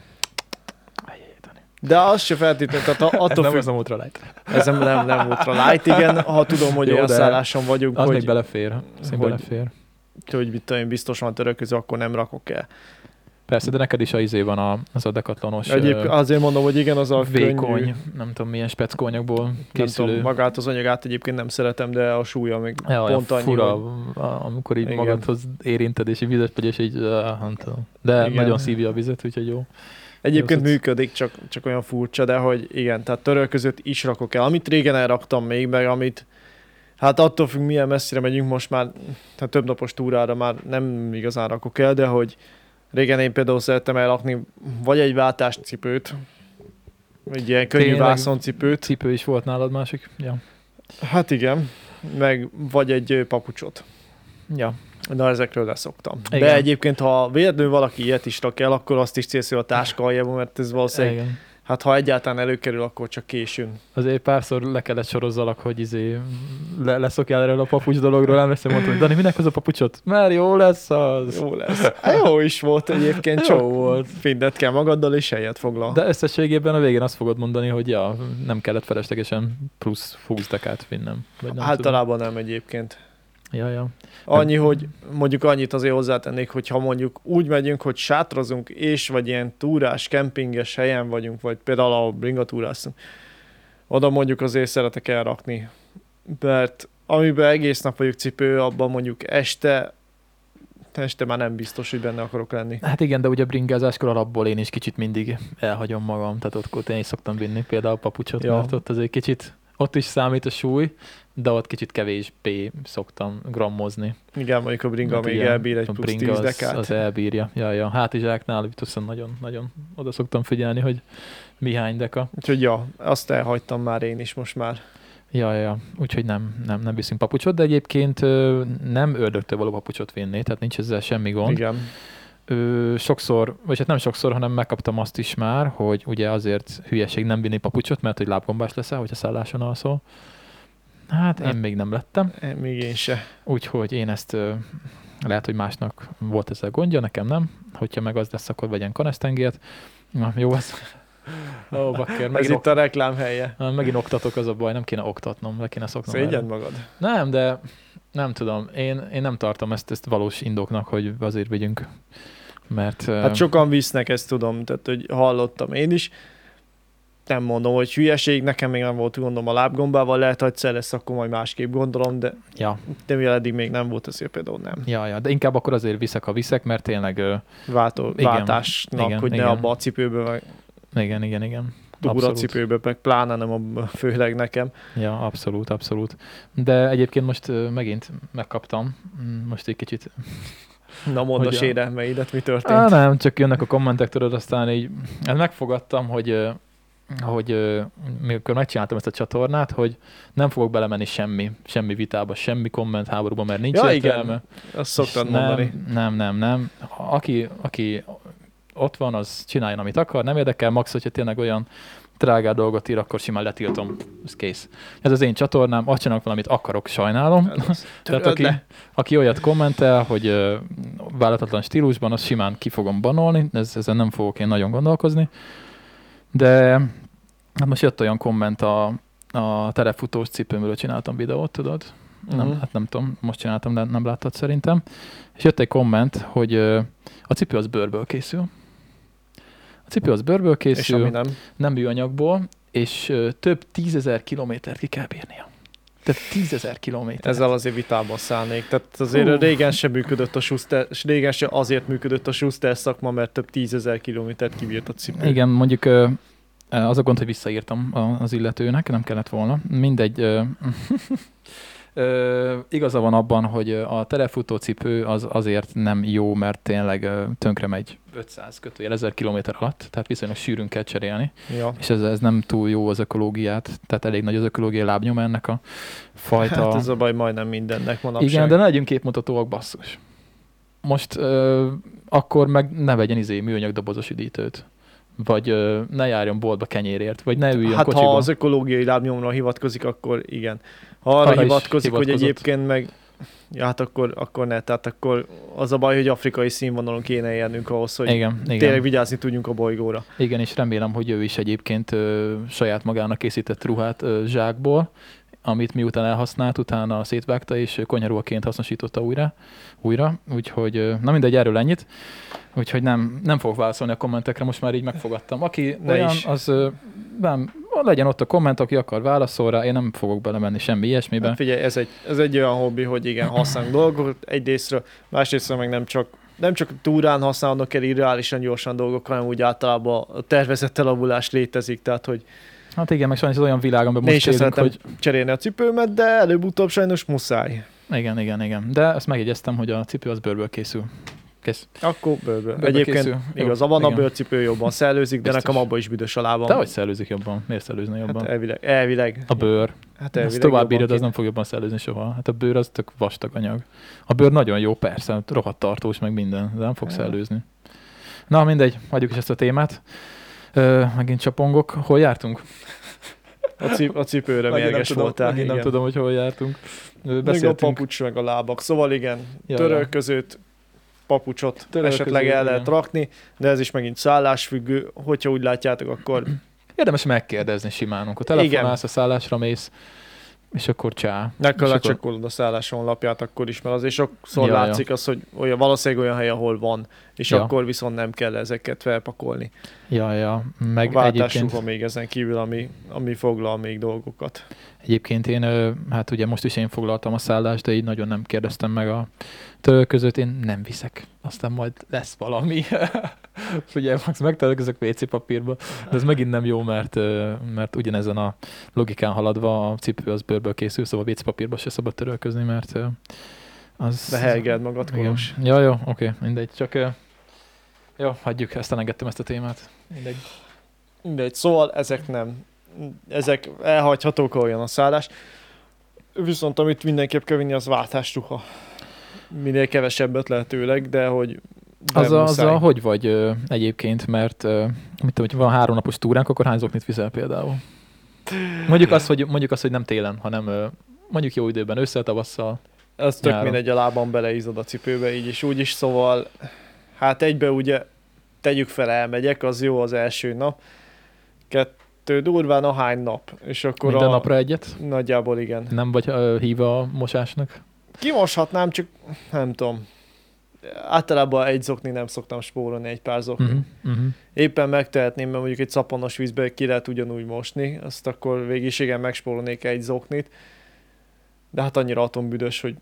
De az se feltétlenül, tehát attól ez nem függ, az a ultralight. ez nem, nem, nem ultra light, igen, ha tudom, hogy Jó, olyan de szálláson vagyunk, Az hogy, még belefér. Az még hogy- belefér. hogy mit tudom én, biztos van törölköző, akkor nem rakok el. Persze, de neked is a izé van a, az a dekatlonos Egyébként azért mondom, hogy igen, az a vékony, könnyű, nem tudom milyen speckóanyagból nem készülő. tudom, magát az anyagát egyébként nem szeretem, de a súlya még Ja, olyan pont annyi, fura, hogy- a- amikor így Igen. magadhoz érinted, és így vizet vagy, és így, ah, nem tudom. De Igen. nagyon szívja a vizet, úgyhogy jó. Egyébként Jó, működik, csak, csak olyan furcsa, de hogy igen, tehát törölközőt is rakok el. Amit régen elraktam még, meg amit, hát attól függ, milyen messzire megyünk most már, tehát több napos túrára már nem igazán rakok el, de hogy régen én például szerettem elrakni vagy egy váltáscipőt, egy ilyen könnyű Tényleg? vászoncipőt, Cipő is volt nálad másik? Ja. hát igen, meg vagy egy ö, papucsot. Ja. Na, ezekről leszoktam. Igen. De egyébként, ha véletlenül valaki ilyet is rak el, akkor azt is célszó a táska aljába, mert ez valószínűleg, Igen. hát ha egyáltalán előkerül, akkor csak későn. Azért párszor le kellett sorozzalak, hogy izé le, leszokjál erről a papucs dologról, emlékszem, mondtam, hogy Dani, minek az a papucsot? Mert jó lesz az. Jó lesz. Hát jó is volt egyébként, Jó csak volt. mindent kell magaddal, és helyet foglal. De összességében a végén azt fogod mondani, hogy ja, nem kellett feleslegesen plusz húsz dekát vinnem. Vagy nem Általában nem egyébként. tudom. Ja, ja. Annyi, hogy mondjuk annyit azért hozzátennék, hogy ha mondjuk úgy megyünk, hogy sátrazunk, és vagy ilyen túrás, kempinges helyen vagyunk, vagy például a bringatúrázunk, oda mondjuk azért szeretek elrakni. Mert amiben egész nap vagyok cipő, abban mondjuk este, este már nem biztos, hogy benne akarok lenni. Hát igen, de ugye bringázáskor alapból én is kicsit mindig elhagyom magam, tehát ott, ott én is szoktam vinni például a papucsot, Ja. mert ott azért kicsit, ott is számít a súly, de ott kicsit kevésbé szoktam grammozni. Igen, mondjuk a bringa Hát még ugye, elbír egy a plusz bringa tíz az, dekát. az elbírja. Ja, ja. Hátizsáknál viszont nagyon, nagyon oda szoktam figyelni, hogy mi hány deka. Úgyhogy ja, azt elhagytam már én is most már. Ja, ja, úgyhogy nem, nem, nem viszünk papucsot, de egyébként ö, nem ördögtől való papucsot vinni, tehát nincs ezzel semmi gond. Igen. Ö, sokszor, vagy hát nem sokszor, hanem megkaptam azt is már, hogy ugye azért hülyeség nem vinni papucsot, mert hogy lábgombás leszel, hogyha szálláson alszol. Hát én Hát- még nem lettem, Eh, Még én se. úgyhogy én ezt ö, lehet, hogy másnak volt ezzel gondja, nekem nem. Hogyha meg az lesz, akkor vegyen kanesztengért. Na, jó ez. Ó, oh, bakker, Ez megint, itt a reklám helye. ok- megint oktatok, az a baj, nem kéne oktatnom, le kéne szoknom. erre. Szégyed magad. Nem, de nem tudom, én, én nem tartom ezt, ezt valós indoknak, hogy azért vigyünk. Mert Hát sokan visznek, ezt tudom, tehát hogy hallottam én is. Nem mondom, hogy hülyeség, nekem még nem volt gondom a lábgombával, lehet, hogy egyszer lesz, akkor majd másképp gondolom, de, ja, de mivel eddig még nem volt, azért például nem. ja, ja, de inkább akkor azért viszek, ha viszek, mert tényleg, ö, Váltó, Igen, váltásnak, igen, hogy ne igen. abba a cipőbe, vagy igen, igen, igen. túra Abszolút. cipőbe, meg pláne nem abba, főleg nekem. Ja, abszolút, abszolút. De egyébként most ö, megint megkaptam, mm, most egy kicsit. Na mondd a Hogy a- sérelmeidet, mi történt? Á, nem, csak jönnek a kommentek, tudod, aztán így hát megfogadtam, hogy, ö, hogy ö, mikor megcsináltam ezt a csatornát, hogy nem fogok belemenni semmi, semmi vitába, semmi komment háborúba, mert nincs Ja, értelme. igen, azt szoktad És mondani. Nem, nem, nem, nem. Aki, aki ott van, az csináljon, amit akar, nem érdekel, max, hogyha tényleg olyan drágá dolgot ír, akkor simán letiltom, ez kész. Ez az én csatornám, azt csinálok valamit akarok, sajnálom. Tehát Töröd aki, le. aki olyat kommentel, hogy uh, vállalatlan stílusban, azt simán ki fogom banolni, ez, ezen nem fogok én nagyon gondolkozni. De hát most jött olyan komment a, a terepfutós cipőmről csináltam videót, tudod? Nem, Mhm. hát nem tudom, most csináltam, de nem láttad szerintem. És jött egy komment, hogy ö, a cipő az bőrből készül. A cipő az bőrből És készül, ami nem. nem műanyagból, és ö, több tízezer kilométert ki kell bírnia. Tehát tízezer kilométer. Ezzel azért vitába szállnék. Tehát azért Hú. régen sem működött a Schuster, régen sem azért működött a Schuster szakma, mert több tízezer kilométert kibírt a cipő. Igen, mondjuk ö, az a gond, hogy visszaírtam a- az illetőnek, nem kellett volna. Mindegy. Ö, ö, igaza van abban, hogy a telefutó cipő az azért nem jó, mert tényleg ö, tönkre megy ötszáz kötőjel ezer kilométer alatt, tehát viszonylag sűrűn kell cserélni. Ja. És ez, ez nem túl jó az ökológiát, tehát elég nagy az ökológiai lábnyoma ennek a fajta... Hát ez a baj majdnem mindennek manapság. Igen, de ne legyünk képmutatóak, basszus. Most ö, akkor meg ne vegyen izé műanyag dobozos üdítőt. Vagy ö, ne járjon boltba kenyérért, vagy ne üljön Hát kocsiba. ha az ökológiai lábnyomra hivatkozik, akkor igen. Ha arra Arra is hivatkozik, hogy hivatkozott. egyébként meg ja, hát akkor, akkor ne. Tehát akkor az a baj, hogy afrikai színvonalon kéne élnünk ahhoz, hogy Igen, tényleg igen. vigyázni tudjunk a bolygóra. Igen, és remélem, hogy ő is egyébként ö, saját magának készített ruhát ö, zsákból, amit miután elhasznált, utána szétvágta, és konyharuhaként hasznosította újra. újra. Úgyhogy, ö, na mindegy, erről ennyit. Úgyhogy nem, nem fogok válaszolni a kommentekre, most már így megfogadtam. Aki Ne olyan, is. az ö, nem, legyen ott a komment, aki akar válaszol rá, én nem fogok belemenni semmi ilyesmibe. Hát figyelj, ez egy, ez egy olyan hobbi, hogy igen, használunk dolgokat egyrésztről, másrésztről meg nem csak nem csak túrán használnak kell irreálisan gyorsan dolgok, hanem úgy általában a tervezett elavulás létezik, tehát hogy Hát igen, meg sajnos az olyan világ, amiben ne most is élünk, szeretem hogy... cserélni a cipőmet, de előbb-utóbb sajnos muszáj. Igen, igen, igen. De ezt megjegyeztem, hogy a cipő az bőrből készül. Kész. Akkor bőrből. Bőrből Egyébként készül. Jó, igaz, van a igen. bőrcipő jobban szellőzik, de Biztos. nekem abban is büdös a lábam. De hogy szellőzik jobban? Miért szellőzne jobban? Hát elvileg. elvileg. A bőr. Hát Ezt elvileg tovább jobban bírod, az kéne. nem fog jobban szellőzni soha. Hát a bőr az tök vastag anyag. A bőr nagyon jó, persze, rohadt tartós, meg minden, de nem fog Ja. szellőzni. Na mindegy, hagyjuk is ezt a témát. Ö, megint csapongok. Hol jártunk? A, cip, a cipőre Megint mérges nem tudom, voltál. megint nem igen. tudom, hogy hol jártunk. Ö, Meg a Beszéltünk. papucs, meg a lábak. Szóval igen, Ja, törölközőt, papucsot Törölköző, esetleg el lehet igen. rakni, de ez is megint szállásfüggő. Hogyha úgy látjátok, akkor Érdemes megkérdezni simán, akkor telefonálsz, a szállásra mész, és akkor csá. nekkor És akkor- lecsekkolod a szállás honlapját, akkor is, mert azért sokszor Ja, ja. látszik az, hogy olyan, valószínűleg olyan hely, ahol van, és Ja. akkor viszont nem kell ezeket felpakolni. Ja, ja. A Meg váltásruha egyébként, még ezen kívül, ami, ami foglal még dolgokat. egyébként én, ö, hát ugye most is én foglaltam a szállást, de így nagyon nem kérdeztem meg a törölközőt, én nem viszek. Aztán majd lesz valami. Ugye, max megtörölközök vé cé papírba, de ez megint nem jó, mert, ö, mert ugyanezen a logikán haladva a cipő az bőrből készül, szóval vé cé papírba se szabad törölközni, mert ö, az... De helgeld magad, Igen. Kolos. Ja, jó, oké, mindegy. Csak ö, jó, hagyjuk, ezt elengedtem ezt a témát. Mindegy. Mindegy, szóval ezek nem. Ezek elhagyhatók, olyan a szállás. Viszont amit mindenképp kell vinni, az váltásruha. Minél kevesebbet lehetőleg, de hogy de Az a, muszáj. azzal hogy vagy ö, egyébként, mert ö, mit tudom, hogy van három napos túránk, akkor hány zoknit viszel például? Mondjuk azt, hogy, mondjuk azt, hogy nem télen, hanem ö, mondjuk jó időben, ősszel, tavasszal. Az tök nyáron. mindegy, a lábam beleízod a cipőbe, így is, úgy is, szóval hát egybe ugye tegyük fel, elmegyek, az jó az első nap. Kettő durván a hány nap, és akkor Minden a... napra egyet? Nagyjából igen. Nem vagy ö, híva a mosásnak? Kimoshatnám, csak nem tudom. Általában egy zokni nem szoktam spórolni, egy pár zokni. Uh-huh, uh-huh. Éppen megtehetném, mert mondjuk egy szaponos vízbe ki lehet ugyanúgy mosni, azt akkor végig is igen megspórolnék egy zoknit. De hát annyira atombüdös, hogy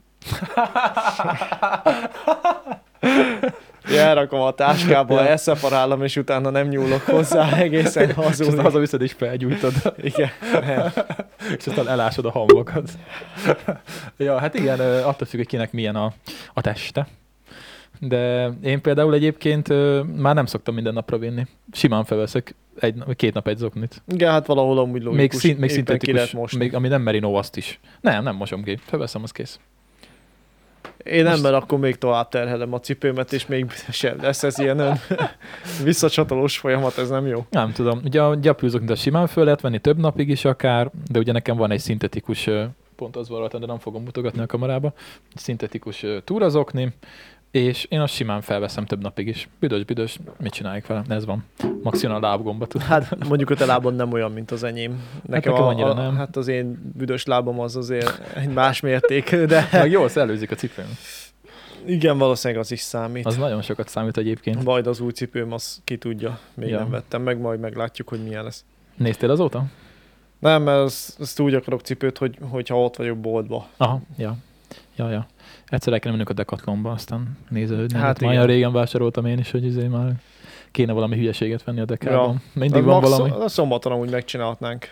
elrakom a táskába, Ja. elszeparálom, és utána nem nyúlok hozzá, egészen És aztán hazudni. hazaviszed és felgyújtod. Igen, nem. És aztán elásod a hamvakat. Ja, hát igen, ö, attól függ, hogy kinek milyen a, a teste. De én például egyébként ö, már nem szoktam minden napra vinni. Simán felveszek egy, két nap egy zoknit. Igen, hát valahol amúgy logikus. Még, szín, még éppen ki szintetikus, lehet mosni. még, ami nem merino, azt is. Nem, nem mosom ki. Felveszem, az kész. Én nem, most- mert akkor még tovább terhelem a cipőmet, és még büdösebb lesz ez ilyen ön visszacsatolós folyamat, ez nem jó. Nem tudom. Ugye a gyapjúzoknit a simán föl lehet venni több napig is akár, de ugye nekem van egy szintetikus, ö, pont az volt, de nem fogom mutogatni a kamerába, szintetikus ö, túrazokni, és én azt simán felveszem több napig is. Büdös, büdös, mit csináljuk vele? Ez van. Maximum a lábgomba tud. Hát mondjuk a te lábad nem olyan, mint az enyém. Nekem, nekem a, annyira a, nem. Hát az én büdös lábam az azért egy más mértékű, de Meg jól szellőzik a cipőm. igen, valószínűleg az is számít. Az nagyon sokat számít egyébként. Majd az új cipőm, az ki tudja. Még Ja. nem vettem meg, majd meglátjuk, hogy milyen lesz. Néztél azóta? Nem, mert azt, azt úgy akarok cipőt, hogy, hogyha ott vagyok boltba. Aha, ja. Ja, ja. Egyszer el kell mennünk a Decathlonba, aztán néződ. Hát Hát igen. olyan régen vásároltam én is, hogy izé már kéne valami hülyeséget venni a Decathlon. Ja. Mindig A van max- valami. A szombaton amúgy megcsinálhatnánk.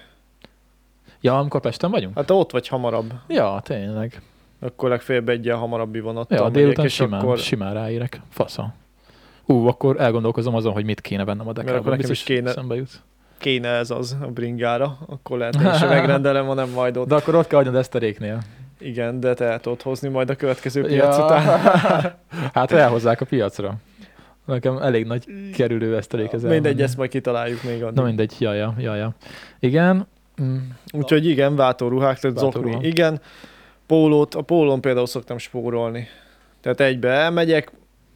Ja, amikor Pesten vagyunk? Hát ott vagy hamarabb. Ja, tényleg. Akkor legfeljebb egyel hamarabbi vonattal Ja, megyek, délután és simán, akkor, simán ráérek. Fasza. Ú, akkor elgondolkozom azon, hogy mit kéne vennem a akkor Decathlon. nekem is kéne- Szembe jut. kéne ez az a bringára, akkor lehet, hogy sem megrendelem, hanem majd ott. De akkor ott kell hagynod ezt a réknél. Igen, de te el tudod hozni majd a következő piac után. Hát elhozzák a piacra. Nekem elég nagy kerülő ezt a rék ez Mindegy, elmenni. ezt majd kitaláljuk még addig. Na mindegy, jaja, jaja. Igen. Mm. Úgyhogy igen, váltóruhák, tehát Váltóruha. zokni. Igen, pólót, a pólón például szoktam spórolni. Tehát egybe elmegyek,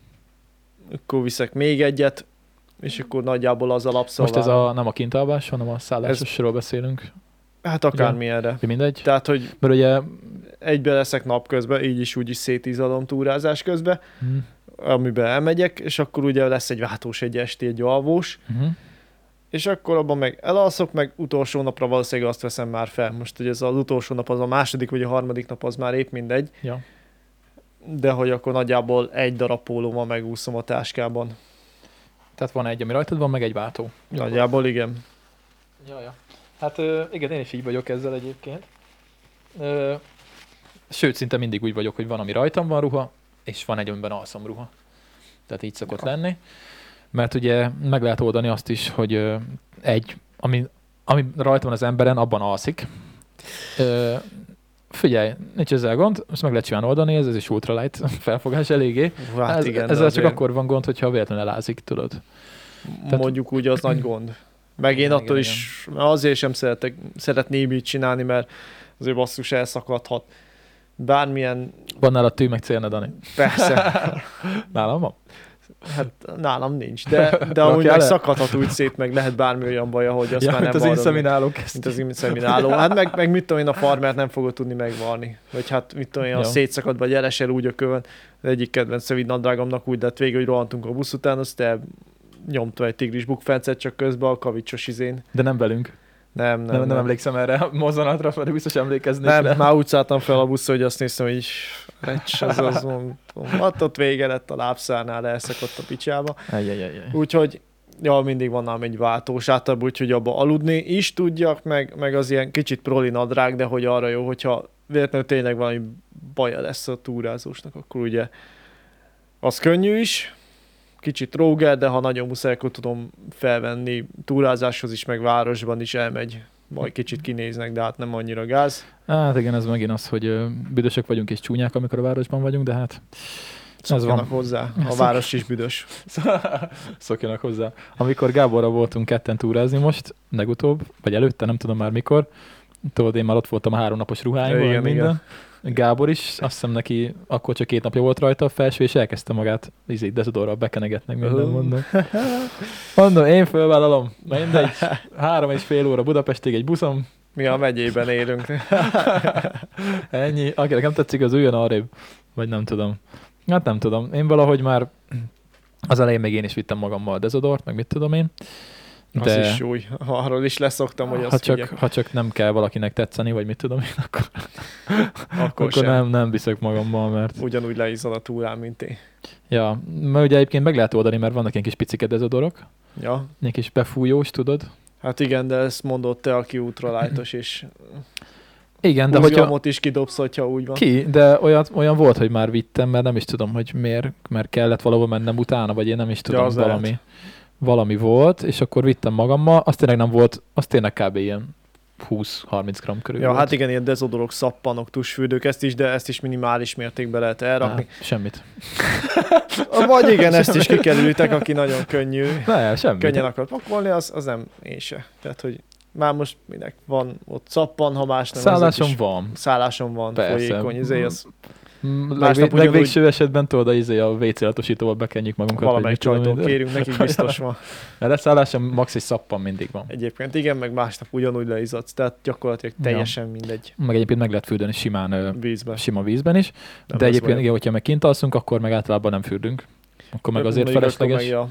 akkor viszek még egyet, és akkor nagyjából az alapszal. Most ez a, nem a kintalvás, hanem a szállásosról beszélünk. Hát akármilyenre. Ja, mindegy. Tehát, hogy Mert ugye... egybe leszek napközben, így is úgy is szétizadom túrázás közben, Mm. amiben elmegyek, és akkor ugye lesz egy váltós, egy esti, egy alvós, Uh-huh. és akkor abban meg elalszok, meg utolsó napra valószínűleg azt veszem már fel. Most, hogy ez az utolsó nap, az a második vagy a harmadik nap, az már épp mindegy, Ja. de hogy akkor nagyjából egy darab pólóval megúszom a táskában. Tehát van egy, ami rajtad van, meg egy váltó. Nagyjából igen. Ja, ja. Hát ö, igen, én is így vagyok ezzel egyébként. Ö, sőt, szinte mindig úgy vagyok, hogy van, ami rajtam van ruha, és van egy, amiben alszom ruha. Tehát így szokott Ja. lenni. Mert ugye meg lehet oldani azt is, hogy ö, egy, ami, ami rajta van az emberen, abban alszik. Ö, figyelj, nincs ezzel gond, ezt meg lehet csinálni oldani, ez, ez is ultralight felfogás eléggé. Hát ez, igen, de ezzel csak azért akkor van gond, hogyha véletlenül elázik, tudod. mondjuk úgy az nagy gond. Meg én Igen, attól igen, is azért sem szeretek, szeretném így csinálni, mert azért basszus elszakadhat. Bármilyen, Van nálad tű, meg célna, Dani. persze, Nálam van? hát nálam nincs, de, de amúgy Rakjál meg le? szakadhat úgy szét, meg lehet bármi olyan baja, hogy azt Ja, már mint nem az varrod meg. inseminálók Mint az insemináló. Hát meg, meg mit tudom én, a farmert nem fogod tudni megvarni. Vagy hát mit tudom én, a Jó. szétszakad, vagy elesel úgy a kövön. Az egyik kedvenc rövid nadrágomnak úgy lett vége, hogy rohantunk a busz után, azt nyomta egy tigris bukfencet, csak közben a kavicsos izén. De nem velünk. Nem, nem, Nem, nem, nem emlékszem erre a mozzanatra, pedig biztos emlékeznék Nem, rá. már úgy szálltam fel a buszra, hogy azt néztem, hogy recs, az az mondom. Hát ott vége lett a lábszárnál, elszakadt a picsába. Ajajajaj. Úgyhogy ja, mindig van ám egy váltós, általában úgy, hogy abba aludni is tudjak, meg, meg az ilyen kicsit proli nadrág, de hogy arra jó, hogyha véletlenül tényleg valami baja lesz a túrázósnak, akkor ugye az könnyű is, kicsit tróger, de ha nagyon muszáj, akkor tudom felvenni túrázáshoz is, meg városban is elmegy. Majd kicsit kinéznek, de hát nem annyira gáz. Hát igen, ez megint az, hogy ö, büdösök vagyunk és csúnyák, amikor a városban vagyunk, de hát ez Szokjanak van. hozzá. A Szok- város is büdös. Szokjanak hozzá. Amikor Gáborra voltunk ketten túrázni most, legutóbb, vagy előtte, nem tudom már mikor, tudod, én már ott voltam a három napos ruháimban, Igen, meg minden. Gábor is, azt hiszem neki akkor csak két napja volt rajta a felső, és elkezdte magát izé, dezodorral bekenegetnek minden, Ö. mondom. Mondom, én fölvállalom, mindegy, három és fél óra Budapestig egy buszom, Mi a megyében élünk. ennyi, akinek nem tetszik, az üljön arrébb, vagy nem tudom. Hát nem tudom, én valahogy már az elején még én is vittem magammal a dezodort, meg mit tudom én. Az De is súly. Arról is leszoktam, hogy ha, azt csak, figyelj. ha csak nem kell valakinek tetszeni, vagy mit tudom én, akkor, Akkor, akkor sem. nem, nem viszek magammal, mert Ugyanúgy leizzad a túrán, mint én. ja, mert ugye egyébként meg lehet oldani, mert vannak ilyen kis picike dezodorok, Ja. ilyen kis befújós, tudod? Hát igen, de ezt mondott te, aki ultralájtos, és Igen, de hogyha húzgamot is kidobsz, hogyha úgy van. ki, de olyan, olyan volt, hogy már vittem, mert nem is tudom, hogy miért, mert kellett valahol mennem utána, vagy én nem is tudom, az valami, lehet. valami volt, és akkor vittem magammal, azt tényleg nem volt, az tényleg kb. Ilyen húsz-harminc gram körül Ja, volt. hát igen, ilyen dezodorok, szappanok, tusfürdők, ezt is, de ezt is minimális mértékben lehet elrakni. Ne, semmit. Vagy igen, ezt is kikerültek, aki nagyon könnyű, Ne, semmit. könnyen akar pakolni, az, az nem én se. Tehát, hogy már most minek van ott szappan, ha más nem. Szállásom ezek is- van. Szállásom van, Persze. folyékony, izé, az Mm, Másnap Legvé, ugyanúgy- legvégső esetben tudod, az izé a vé cé latosítóval bekenjük magunkat. valamelyik vagy mit tudom csajtól én, de- kérünk, nekik biztos van. De leszállásom max és szappan mindig van. Egyébként igen, meg másnap ugyanúgy leizzadsz, tehát gyakorlatilag teljesen mindegy Meg egyébként meg lehet fürdeni simán, ö, vízbe. sima vízben is. Nem de lesz egyébként baj. igen, hogyha meg kint alszunk, akkor meg általában nem fürdünk. Akkor meg Ja, azért mondjuk akkor felesleges. meg, ja,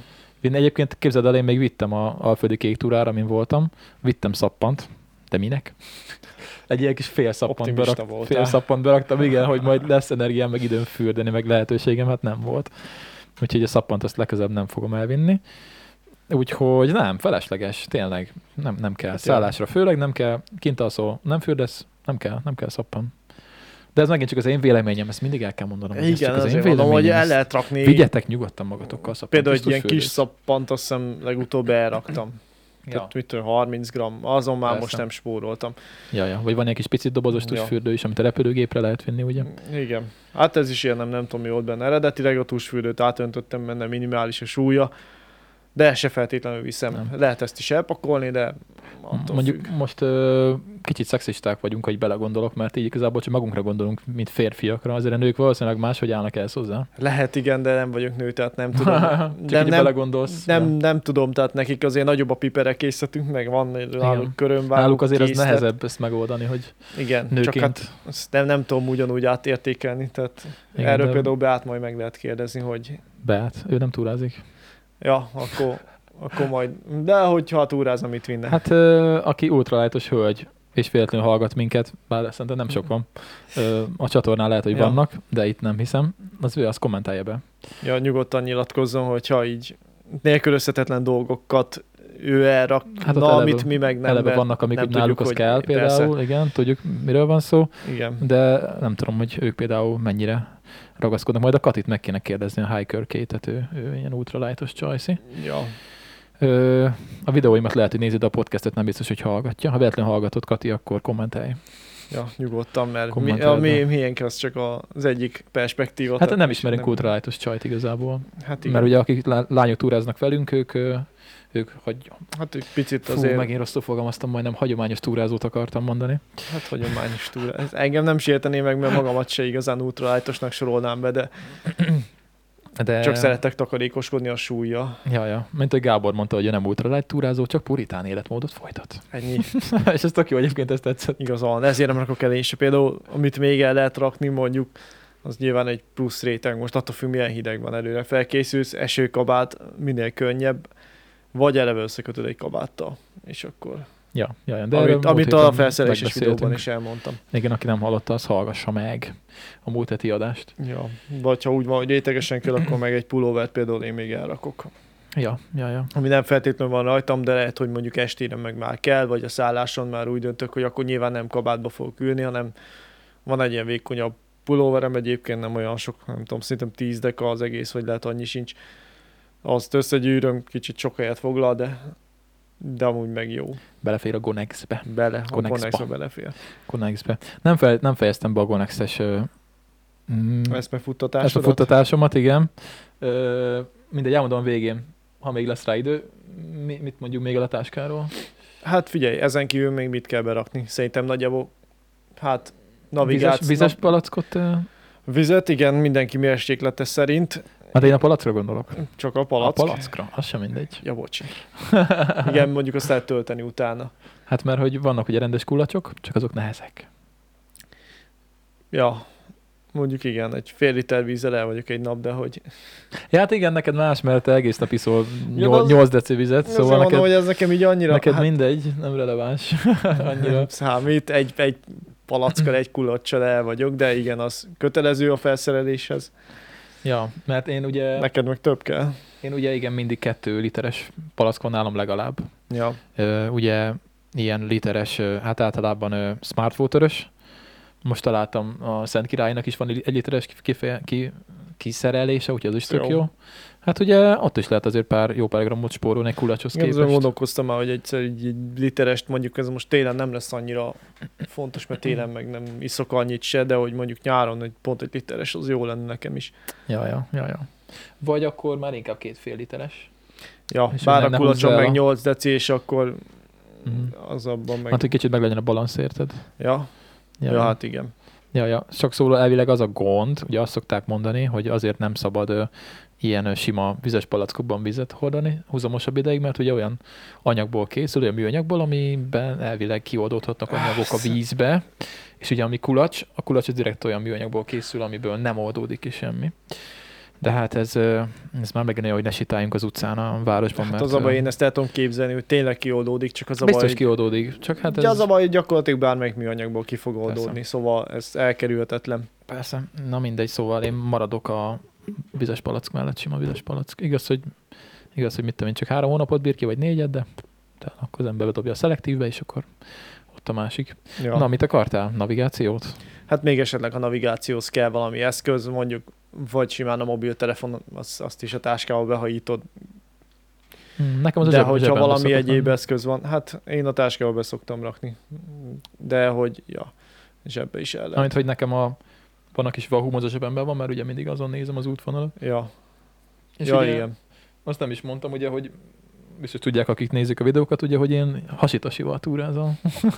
Én egyébként képzeld el, én még vittem a Alföldi Kék túrára, amin voltam, vittem szappant, de minek? Egy ilyen kis fél szappant, berak, fél szappant beraktam, igen, hogy majd lesz energiám, meg időm fürdeni, meg lehetőségem, hát nem volt. Úgyhogy a szappant azt legközelebb nem fogom elvinni. Úgyhogy nem, felesleges, tényleg, nem, nem kell. Szállásra főleg nem kell, kint alszol, nem fürdesz, nem kell, nem kell szappan. De ez megint csak az én véleményem, ezt mindig el kell mondanom. Igen, csak az azért mondom, hogy el lehet rakni. Vigyetek nyugodtan magatokkal szappant. Például egy ilyen kis szappant, azt hiszem legutóbb elraktam. Ja. Tehát mit tudom, harminc gramm, azon már Persze. most nem spóroltam. Ja, ja. Vagy van egy kis picit dobozos tusfürdő ja. is, amit a repülőgépre lehet vinni, ugye? Igen. Hát ez is ilyen, nem, nem tudom, mi volt benne. Eredetileg a tusfürdőt átöntöttem benne, minimális a súlya, de se feltétlenül viszem. Nem. Lehet ezt is elpakolni, de mondjuk függ. Most ö, kicsit szexisták vagyunk, hogy belegondolok, mert így igazából csak magunkra gondolunk, mint férfiakra, azért a nők valószínűleg máshogy állnak ehhez hozzá. Lehet, igen, de nem vagyok nő, tehát nem tudom. de nem, belegondolsz. Nem, nem, nem tudom, tehát nekik azért nagyobb a piperek készletünk, meg van náluk körömválló náluk azért készlet. Az nehezebb ezt megoldani, hogy igen, nőként. Csak hát nem, nem tudom ugyanúgy átértékelni, tehát igen, erről de... például Beát majd meg lehet kérdezni, hogy... Beát, ő nem túrázik. Ja, akkor... Akkor majd, de hogyha túrázom, mit vinne. Hát ö, aki ultralájtos hölgy, és véletlenül hallgat minket, bár szerintem nem sok van, ö, a csatornán lehet, hogy ja. vannak, de itt nem hiszem, az ő azt kommentálja be. Ja, nyugodtan nyilatkozzon, hogyha így nélkülözhetetlen dolgokat ő elrak, hát na, eleve, amit mi meg nem. Eleve vannak, amik nem náluk az kell például, persze. igen, tudjuk, miről van szó, igen. de nem tudom, hogy ők például mennyire ragaszkodnak. Majd a Katit meg kéne kérdezni, a Hiker-Kate, tehát ő, ő ilyen ultralájtos csajszi. Ja. Ö, a videóimat lehet, hogy nézed, de a podcastet nem biztos, hogy hallgatja. Ha véletlenül hallgatod, Kati, akkor kommentelj. Ja, nyugodtan, mert mi, a mi, miénk az csak az egyik perspektíva. Hát nem ismerünk ultralájtos csajt igazából. Hát igen. Mert ugye akik lányok túráznak velünk, ők, ők hogy... Hát ők picit Fú, azért... megint rosszul fogalmaztam, majdnem hagyományos túrázót akartam mondani. Hát hagyományos túrázó. Engem nem sértené meg, mert magamat se igazán ultralájtosnak sorolnám be, de... De... Csak szeretek takarékoskodni a súlya. Ja, ja. Mint hogy Gábor mondta, hogy ő nem ultralájt túrázó, csak puritán életmódot folytat. Ennyi. És ez tök jó, egyébként ezt tetszett. Igazán, ezért nem rakok el én se. Például, amit még el lehet rakni, mondjuk, az nyilván egy plusz réteg. Most attól függ, milyen hideg van előre. Felkészülsz, esőkabát, minél könnyebb, vagy eleve összekötöd egy kabáttal, és akkor... Ja, ja, ja. De amit, amit a felszereléses videóban is elmondtam. Igen, aki nem hallotta, az hallgassa meg a múlt heti adást. Ja, vagy ha úgy van, hogy rétegesen kell, akkor meg egy pulóvert például én még elrakok. Ja, ja, ja. Ami nem feltétlenül van rajtam, de lehet, hogy mondjuk estére meg már kell, vagy a szálláson már úgy döntök, hogy akkor nyilván nem kabátba fogok ülni, hanem van egy ilyen vékonyabb pulóverem, egyébként nem olyan sok, nem tudom, szerintem tíz deka az egész, vagy lehet annyi sincs. Azt összegyűröm, kicsit sok helyet foglal, de de amúgy meg jó. Belefér a Gonex-be. Bele, a Gonex-be belefér. Gonex-be. Nem, fe, nem fejeztem be a Gonex-es mm, eszmefuttatásomat. Eszmefuttatásomat, igen. Ö, mindegy, elmondom a végén, ha még lesz rá idő. Mi, mit mondjuk még a táskáról? Hát figyelj, ezen kívül még mit kell berakni? Szerintem nagyjából, hát navigáció. Vizes, vizes palackot? Vizet, igen, mindenki mérséklete szerint. Hát én a palackra gondolok. Csak a palack? A palackra, az sem mindegy. Ja, bocsi. Igen, mondjuk azt lehet tölteni utána. Hát mert hogy vannak ugye rendes kulacsok, csak azok nehezek. Ja, mondjuk igen, egy fél liter vízzel el vagyok egy nap, de hogy... Ja, hát igen, neked más, mert te egész nap iszol nyolc deci vizet, szóval mondom, neked, hogy ez nekem így annyira... Neked hát, mindegy, nem releváns. Annyira. Számít, egy, egy palackkal, egy kulacsal el vagyok, de igen, az kötelező a felszereléshez. Ja, mert én ugye... Neked meg több kell. Én ugye igen, mindig kettő literes palack van nálam legalább. Ja. Ö, ugye ilyen literes, hát általában Smart Water-ös. Most találtam a Szent Királynak is van egy literes kifeje, ki, kiszerelése, úgyhogy az is tök jó. jó. Hát ugye ott is lehet azért pár jó pár grammot spórolni egy kulacshoz képest. Én gondolkoztam már, hogy egyszer egy, egy literest, mondjuk ez most télen nem lesz annyira fontos, mert télen meg nem iszok annyit se, de hogy mondjuk nyáron egy pont egy literes, az jó lenne nekem is. Ja, ja, ja, ja. Vagy akkor már inkább két fél literes. Ja, és bár a kulacson meg nyolc deci, és akkor mm. az abban meg... Hát, hogy kicsit meg legyen a balansz, érted? Ja. Ja, ja, hát igen. Ja, ja. Csak szóval elvileg az a gond, ugye azt szokták mondani, hogy azért nem szabad ö, ilyen ö, sima vizes palackokban vizet hordani húzamosabb ideig, mert ugye olyan anyagból készül, olyan műanyagból, amiben elvileg kioldódhatnak anyagok a vízbe, és ugye ami kulacs, a kulacs az direkt olyan műanyagból készül, amiből nem oldódik ki semmi. De hát ez, ö, ez már megint olyan, hogy ne sitáljunk az utcán a városban, Hát mert az a baj, ö, én ezt el tudom képzelni, hogy tényleg kioldódik, csak az a biztos baj, kioldódik. Csak hát ugye ez... az a baj, hogy gyakorlatilag bármelyik műanyagból ki fog oldódni, Persze. szóval ez elkerülhetetlen. Persze, na mindegy, szóval én maradok a vizes palack mellett, sima vizes palack. Igaz, hogy, igaz, hogy mit tudom én, csak három hónapot bír ki, vagy négyet, de, de akkor az ember bedobja a szelektívbe, és akkor ott a másik. Ja. Na, mit akartál? Navigációt? Hát még esetleg a navigációhoz kell valami eszköz, mondjuk vagy simán a mobiltelefon, azt, azt is a táskába behajítod. Hmm, Nekem az a De zseb- hogyha zsebembe valami szokott egyéb lenni. eszköz van, hát én a táskába be szoktam rakni. De hogy, ja, zsebbe is el lehet. Amint, hogy nekem a, van a kis vahum az a zsebemben van, mert ugye mindig azon nézem az útvonalat. Ja, És ja ugye, igen. azt nem is mondtam, ugye, hogy biztos tudják, akik nézik a videókat, ugye, hogy én hasitasival túrázom.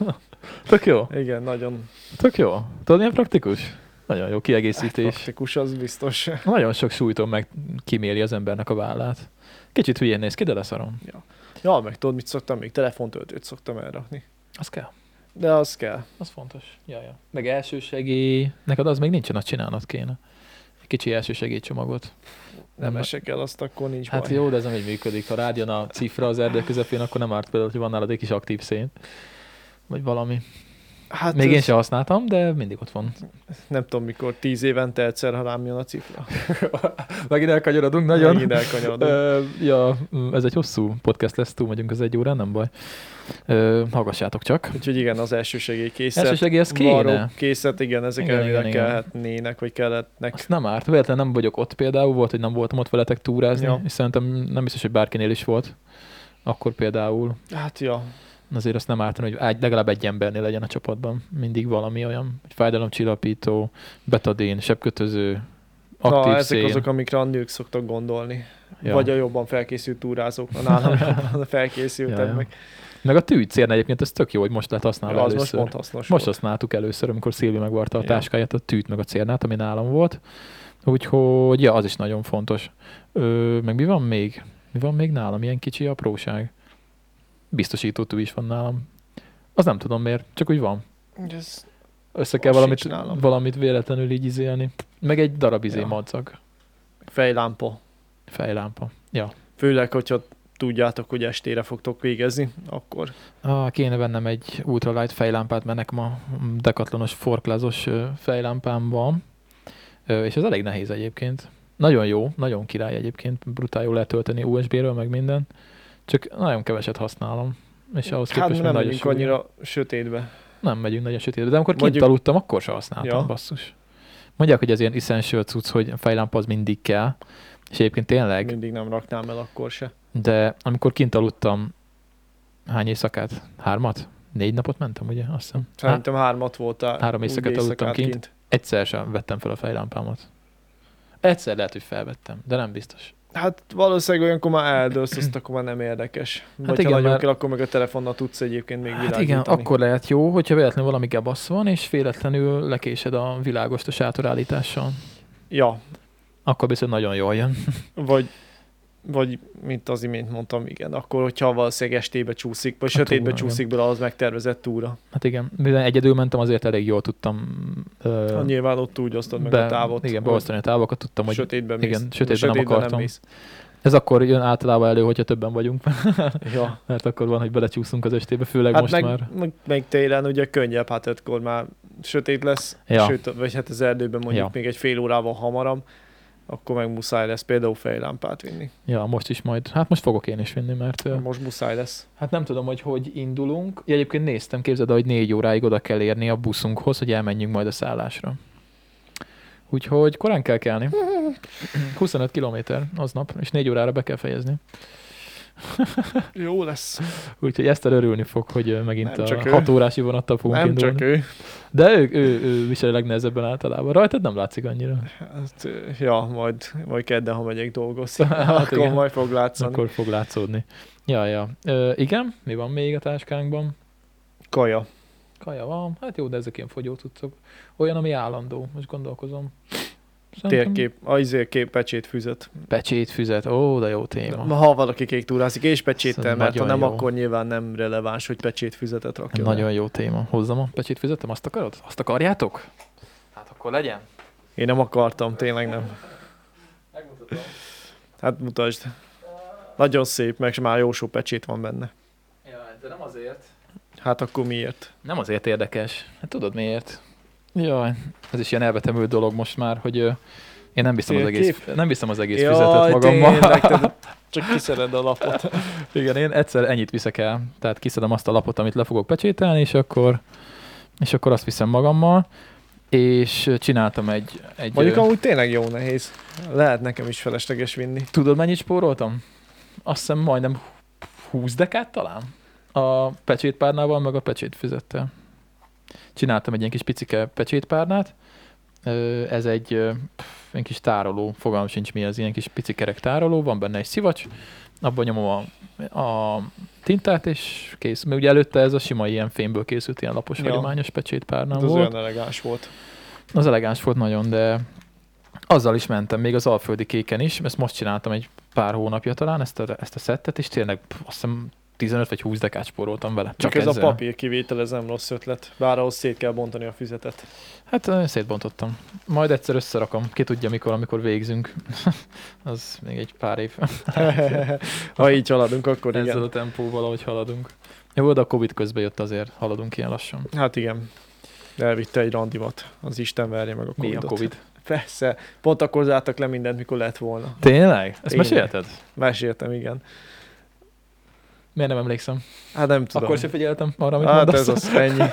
Tök jó, Igen, nagyon tök jó. Tudod, milyen praktikus? Nagyon jó kiegészítés. praktikus, az biztos. Nagyon sok súlyton meg kiméli az embernek a vállát. Kicsit hülyén néz ki, de leszarom. Ja, meg tudod, mit szoktam? Még telefontöltőt szoktam elrakni. Az kell. De az kell. Az fontos. Ja, ja. Meg elsősegély. Neked az még nincsen, azt csinálnod kéne. Egy kicsi elsősegélycsomagot. Nem Nem- esek el, azt akkor nincs Hát baj. jó, de ez nem így működik. Ha rád jön a cifra az erdő közepén, akkor nem árt például, hogy van nálad egy kis aktív szén. Vagy valami. Hát Még én ez- sem használtam, de mindig ott van. Nem tudom mikor, tíz évente egyszer, ha rám jön a cifra. Megint elkanyarodunk nagyon. Megint elkanyarodunk. Ö, ja, ez egy hosszú podcast lesz, túl megyünk az egy órán, nem baj. Ö, hallgassátok csak. Úgyhogy igen, az elsősegélykészlet. Elsősegély, ez kéne. Varrókészlet, igen, ezek Igen, elvileg igen, igen. kellhetnének, vagy kellettnek. Azt nem árt. Véletlenül nem vagyok ott például, volt, hogy nem voltam ott veletek túrázni, Ja. és szerintem nem biztos, hogy bárkinél is volt. Akkor például Hát ja, azért azt nem ártani, hogy egy, legalább egy embernél legyen a csapatban. Mindig valami olyan, egy fájdalomcsillapító, betadén, sebkötöző, aktív na, ezek szén. azok, amikre a nők szoktak gondolni. Ja. Vagy a jobban felkészült túrázók, a nálam jobban felkészültek Ja, ja. meg. Meg a tűcérne egyébként, ez tök jó, hogy most lehet használni Ja, az először. most pont hasznos Most volt. használtuk először, amikor Szilvi megvarta a Ja. táskáját, a tűt meg a cérnát, ami nálam volt. Úgyhogy, ja, az is nagyon fontos. Ö, meg mi van még? Mi van még nálam? Ilyen kicsi apróság. Biztosító tű is van nálam. Az nem tudom miért, csak úgy van. Ez Össze kell Az valamit, sincs nálam. valamit véletlenül így izélni. Meg egy darab izé Ja. madzag. fejlámpa. Fejlámpa. Ja. Főleg, hogyha tudjátok, hogy estére fogtok végezni, akkor Ah, kéne vennem egy ultralight fejlámpát, mert nekem a dekatlonos forklázos ö, fejlámpám van. Ö, És ez elég nehéz egyébként. Nagyon jó, nagyon király egyébként. Brutál jól lehet tölteni u es bé-ről, meg minden. Csak nagyon keveset használom. És ahhoz hát képest nem nagy a megyünk súlya. annyira sötétbe. Nem megyünk nagyon sötétbe. De amikor kint Mondjuk- aludtam, akkor sem használtam, Ja. basszus. Mondják, hogy ez ilyen essential cucc, hogy a fejlámpa az mindig kell. És egyébként tényleg, Mindig nem raknám el akkor se. de amikor kint aludtam, hány éjszakát? Hármat? Négy napot mentem, ugye? Azt hiszem. Há- Szerintem hármat voltál. Három úgy éjszakát aludtam éjszakát kint. Egyszer sem vettem fel a fejlámpámat. Egyszer lehet, hogy felvettem, de nem biztos. Hát valószínűleg olyankor már eldőlsz, azt akkor már nem érdekes. Vagy Hát ha igen, nagyon mert- kell, akkor meg a telefonnal tudsz egyébként még Hát világítani. igen, akkor lehet jó, hogyha véletlenül valami gebasz van, és véletlenül lekésed a világost a sátorállítással. Ja, Akkor viszont nagyon jól jön. vagy, vagy mint az imént mondtam, igen, akkor hogyha valószínűleg estébe csúszik, vagy A sötétbe túra, csúszik bele az megtervezett túra. Hát igen, mivel egyedül mentem, azért elég jól tudtam ö, Ha nyilván ott úgy osztod meg be, a távot. igen, hogy beosztani a távokat, tudtam, hogy sötétben mész. igen, De sötétben nem akartam. mész. ez akkor jön általában elő, hogyha többen vagyunk, Ja. mert akkor van, hogy belecsúszunk az estébe, főleg Hát most meg, már. meg, meg télen ugye könnyebb, hát ötkor már sötét lesz, Ja. sőt, vagy hát az erdőben mondjuk Ja. még egy fél órával hamarabb, akkor meg muszáj lesz például fejlámpát vinni. Ja, most is majd. Hát most fogok én is vinni, mert ö, Most muszáj lesz. hát nem tudom, hogy hogy indulunk. Ja, egyébként néztem, képzeld, el, hogy négy óráig oda kell érni a buszunkhoz, hogy elmenjünk majd a szállásra. Úgyhogy korán kell kelni. huszonöt kilométer aznap, és négy órára be kell fejezni. Jó lesz. Úgyhogy Eszter örülni fog, hogy ö, megint Nem csak a ő. hat órási vonattal fogunk Nem indulni. csak ő. De ő, ő, ő viseli legnehezebben általában. Rajtad nem látszik annyira. Hát, ja, majd, majd kedden, ha megyek dolgozni, Hát akkor igen. majd fog látszani. Akkor fog látszódni. Ja, ja. Ö, igen, mi van még a táskánkban? Kaja. Kaja van, hát jó, de ezek ilyen fogyócuccok. Olyan, ami állandó, most gondolkozom. Szerintem Térkép, a izérkép pecsétfüzet. Pecsétfüzet, ó, de jó téma. Ha valaki kék túrázik, és pecséttel, Ez mert ha nagyon nem, jó. akkor nyilván nem releváns, hogy pecsétfüzetet rakja. Nagyon jó téma. Hozzam a pecsétfüzetem, azt akarod? Azt akarjátok? Hát akkor legyen. Én nem akartam, tényleg nem. Megmutatom. Hát mutasd. Nagyon szép, meg már jó sok pecsét van benne. Ja, de nem azért. Hát akkor miért? Nem azért érdekes. Hát tudod miért? Jaj, ez is ilyen elvetemült dolog most már, hogy ö, én nem viszem az Kép- egész, nem viszem az egész Jaj, füzetet magammal. tényleg, te csak kiszered a lapot. Igen, én egyszer ennyit viszek el. Tehát kiszedem azt a lapot, amit le fogok pecsételni, és akkor, és akkor azt viszem magammal. És csináltam egy... egy Mondjuk ö, amúgy tényleg jó nehéz. Lehet nekem is felesleges vinni. Tudod, mennyit spóroltam? Azt hiszem majdnem húsz dekát talán. A pecsétpárnával, meg a pecsétfüzettel. Csináltam egy ilyen kis picike pecsétpárnát. Ö, Ez egy ö, pff, egy kis tároló, fogalmam sincs mi az, ilyen kis pici kerek tároló, van benne egy szivacs, abban nyomom a, a tintát, és kész. Mert ugye előtte ez a sima ilyen fémből készült, ilyen lapos, Ja. hagyományos pecsétpárna Hát az volt. olyan elegáns volt. Az elegáns volt nagyon, de azzal is mentem, még az alföldi kéken is, ezt most csináltam egy pár hónapja talán, ezt a, ezt a szettet, és tényleg pff, azt hiszem tizenöt vagy húsz dekát spóroltam vele. Csak Csak ez ezzel. a papír kivétel, ez nem rossz ötlet. Bár ahhoz szét kell bontani a füzetet. Hát ö, szétbontottam. Majd egyszer összerakom. Ki tudja mikor, amikor végzünk. Az még egy pár év. Ha így haladunk, akkor Ezzel igen. a tempóval, ahogy haladunk. Jó, de a Covid közben jött azért, haladunk ilyen lassan. Hát igen. Elvitte egy randimat. Az Isten verje meg a Mi Covidot. a Covid? Persze. Pont akkor zártak le mindent, mikor lett volna. Tényleg? Ezt Tényleg. mesélted? Meséltem, igen. Miért nem emlékszem? Hát nem tudom. Akkor se figyeltem arra, amit Hát mondasz. ez az, ennyi.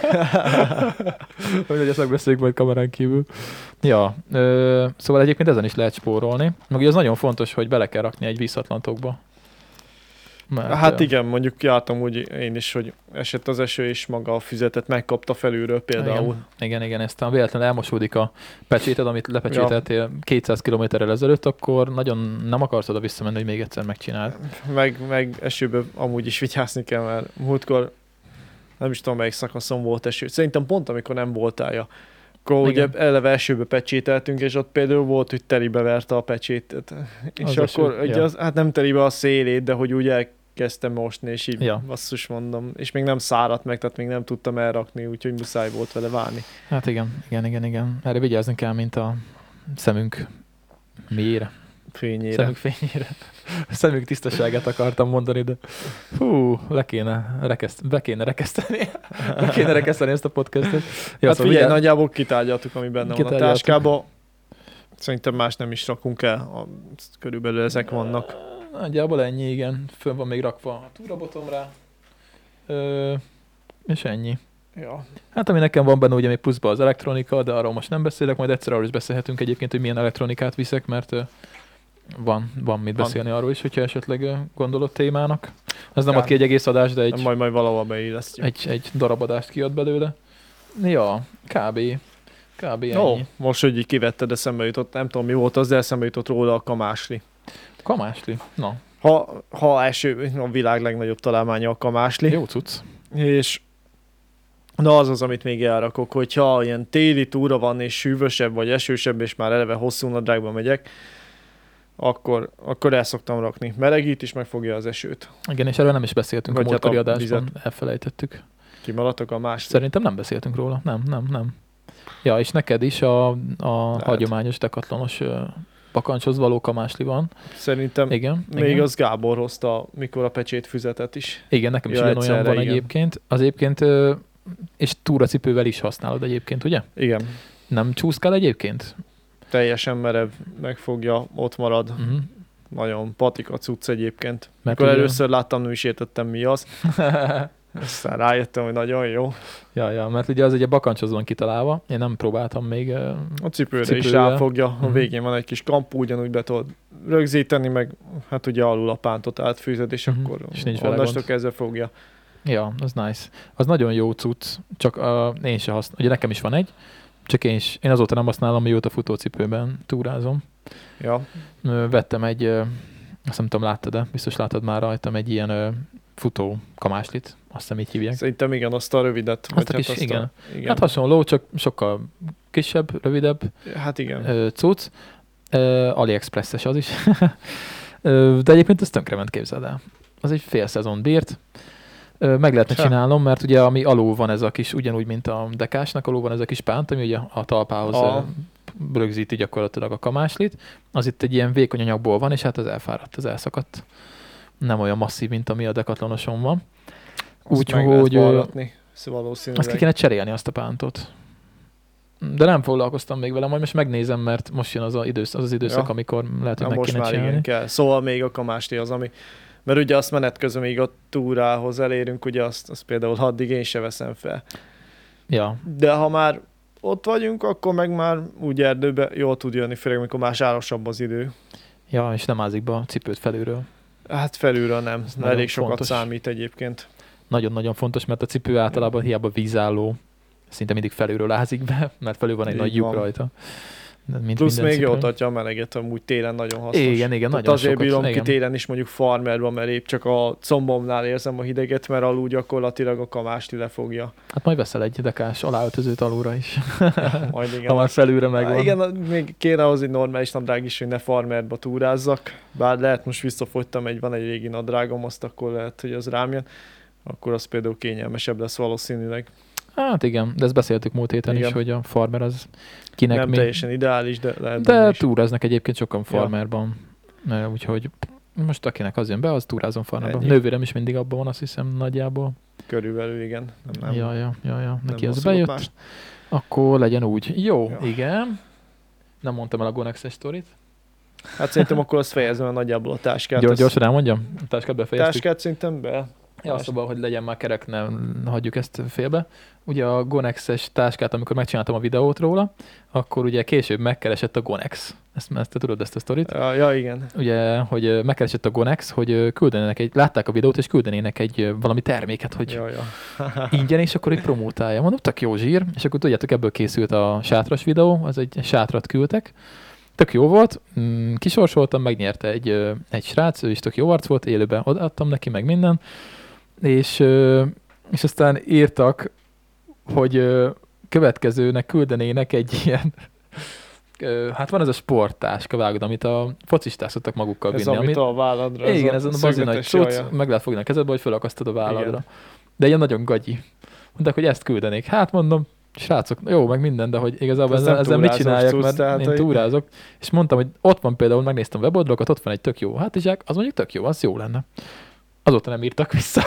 Hogy ezt megbeszéljük majd kamerán kívül. Ja, ö, szóval egyébként ezen is lehet spórolni. Meg ugye az nagyon fontos, hogy bele kell rakni egy vízhatlantokba. Mert, Hát ö, igen, mondjuk jártam úgy én is, hogy esett az eső, és maga a füzetet megkapta felülről például. Igen, igen, igen, ezt ha véletlenül elmosódik a pecséted, amit lepecsételtél kétszáz kilométerrel ezelőtt, akkor nagyon nem akarsz oda visszamenni, hogy még egyszer megcsináld. Meg, meg esőben amúgy is vigyázni kell, mert múltkor nem is tudom, melyik szakaszon volt eső. Szerintem pont amikor nem voltálja. Akkor Igen. ugye eleve esőbe pecsételtünk, és ott például volt, hogy telibe verte a pecsétet. És Az akkor, eső, ugye ja. az, hát nem telibe a szélét, de hogy úgy elkezdtem mosni, és így Ja. basszus mondom. És még nem száradt meg, tehát még nem tudtam elrakni, úgyhogy muszáj volt vele várni. Hát igen, igen, igen, igen. Erre vigyázni kell, mint a szemünk mélyére, Fényére. szemünk fényére. A szemünk tisztaságát akartam mondani, de hú, le kéne, rekeszt, be kéne rekeszteni. Be kéne rekeszteni ezt a podcastot. Ja, Hát szóval figyelj, vigyá- nagyjából kitárgyaltuk, ami benne van a Kitárgyaltuk. táskába. Szerintem más nem is rakunk el. A, körülbelül ezek vannak. Nagyjából ennyi, igen. Fönn van még rakva a túrabotom rá. Ö, és ennyi. Ja. Hát ami nekem van benne ugye még pluszban az elektronika, de arról most nem beszélek, majd egyszer arról is beszélhetünk egyébként, hogy milyen elektronikát viszek, mert ö, van, van mit Van. beszélni arról is, hogyha esetleg ö, gondolod témának. Az nem Kár. ad ki egy egész adást, de egy, Majd, majd valahol beillesztjük. egy, egy darabadást kiad belőle. Ja, kb. Kb. ennyi. Ó, most, hogy így kivetted, eszembe jutott, nem tudom mi volt az, de eszembe jutott róla a kamásli. Kamásli? Na, Ha, ha eső, a világ legnagyobb találmánya a kamásli. jó cucc. És na az az, amit még elrakok, hogyha ilyen téli túra van, és sűvösebb vagy esősebb, és már eleve hosszú nadrágba megyek, akkor, akkor el szoktam rakni. Melegít is megfogja az esőt. Igen, és erről nem is beszéltünk Vagy a hát múltkori a adásban, vizet. elfelejtettük. Kimaradtok a másik. Szerintem nem beszéltünk róla. Nem, nem, nem. Ja, és neked is a, a hagyományos dekatlonos ö, bakancshoz való kamásli van. Szerintem Igen. még igen. az Gábor hozta, mikor a pecsétfüzetet is. Igen, nekem is Ja, ugyanolyan van egyszerre, igen. egyébként. Az egyébként, ö, és túracipővel is használod egyébként, ugye? Igen. Nem csúszkál egyébként? Teljesen merev, megfogja, ott marad. Uh-huh. Nagyon patika cucc egyébként. Mert Mikor ugye- először láttam, nem is értettem mi az. Aztán rájöttem, hogy nagyon jó. ja, ja, mert ugye az ugye bakancshoz van kitalálva. Én nem próbáltam még. ö, A cipőre is Cipővel. ráfogja, a Mhm. végén van egy kis kampú, ugyanúgy be tudod rögzíteni, meg hát ugye alul a pántot átfűzed, és Mhm. akkor És nincs vele onnastól gond. kezdve fogja. Ja, az nice. Az nagyon jó cucc, csak uh, én sem használom. Ugye nekem is van egy, csak én, is, én azóta nem használom, mióta futócipőben túrázom. Ja, Ö, Vettem egy, ö, azt nem tudom, láttad de biztos láttad már rajtam egy ilyen ö, futó kamáslit, azt hiszem így hívják. szerintem igen, azt a rövidet. vagy a kis- azt igen. A, igen. Hát hasonló, csak sokkal kisebb, rövidebb hát igen. ö, cucc. Ö, AliExpress-es az is. Ö, De egyébként ez tönkrement, képzeld el. Az egy fél szezon bírt. Ö, Meg lehetne Ha. csinálnom, mert ugye ami alul van ez a kis, ugyanúgy, mint a dekásnak alul van ez a kis pánt, ami ugye a talpához A- ö, rögzíti gyakorlatilag a kamáslit, az itt egy ilyen vékony anyagból van, és hát az elfáradt, az elszakadt. Nem olyan masszív, mint ami a Decathlonoson van. Úgyhogy azt ki kéne cserélni, azt a pántot. De nem foglalkoztam még vele, majd most megnézem, mert most jön az az, idősz, az, az időszak, ja. amikor lehet, hogy ja, meg most kéne már csinálni. Igen kell. Szóval még a kamásti az, ami... Mert ugye azt menet közben még a túrához elérünk, ugye azt, azt például addig én se veszem fel. Ja. De ha már ott vagyunk, akkor meg már úgy erdőbe jól tud jönni, főleg amikor már sárosabb az idő. Ja, és nem ázik be a cipőt felülről. Hát felülről nem. Elég sokat fontos. Számít egyébként. Nagyon-nagyon fontos, mert a cipő általában hiába vízálló, szinte mindig felülről ázik be, mert felül van egy Így nagy lyuk rajta. Mint Plusz még jól tartja a meleget, amúgy télen nagyon hasznos. Igen, igen, nagyon azért sokat. bírom igen. ki télen is mondjuk farmerban, mert épp csak a combomnál érzem a hideget, mert alul gyakorlatilag a kamást lefogja. Hát majd veszel egy dekás aláöltözőt alulra is. Majd igen. Ha már felülre megvan. Igen, még kéne ahhoz egy normális nadrág is, hogy ne farmerba túrázzak. Bár lehet most visszafogytam, egy, van egy régi nadrágom, azt akkor lehet, hogy az rám jön. Akkor az például kényelmesebb lesz valószínűleg. Hát igen, de ezt beszéltük múlt héten igen. is, hogy a farmer az kinek nem mi... teljesen ideális, de lehet. De túráznak egyébként sokan farmerban. Ja. Úgyhogy most akinek az jön be, az túrázom farmerban. Nővérem is mindig abban van, azt hiszem nagyjából. Körülbelül igen. Nem, nem, ja, ja, ja, ja. Neki az bejött. Más. Akkor legyen úgy. Jó, ja. igen. Nem mondtam el a Gonex-es sztorit. Hát szerintem akkor azt fejezem el nagyjából a táskát. Gyors, gyorsan elmondjam? A táskát befejeztük. Táskát szerintem be. Ja, szóval, hogy legyen már kerek, nem hagyjuk ezt félbe. Ugye a Gonex-es táskát, amikor megcsináltam a videót róla, akkor ugye később megkeresett a Gonex. Ezt, ezt te tudod ezt a sztorit? Ja, ja, igen. Ugye, hogy megkeresett a Gonex, hogy küldenének egy, látták a videót, és küldenének egy valami terméket, hogy ja, ja. ingyen, és akkor egy promótálja. Mondom, tök jó zsír, és akkor tudjátok, ebből készült a sátras videó, az egy sátrat küldtek. Tök jó volt, kisorsoltam, megnyerte egy, egy srác, ő is tök jó arc volt, élőben odaadtam neki, meg minden. És, és aztán írtak, hogy következőnek küldenének egy ilyen, hát van ez a sporttáska, vágod, amit a focisták szoktak magukkal ez vinni. Ez amit a válladra. Igen, ez a bazi nagy cucc, meg lehet fogni a kezedbe, hogy felakasztod a válladra. Igen. De ilyen nagyon gagyi. Mondták, hogy ezt küldenék. Hát mondom, srácok, jó, meg minden, de hogy igazából ezzel, ezzel mit csináljak, mert tehát, én túrázok. És mondtam, hogy ott van például, megnéztem weboldalakat, ott van egy tök jó hátizsák, az mondjuk tök jó, az jó lenne. Azóta nem írtak vissza.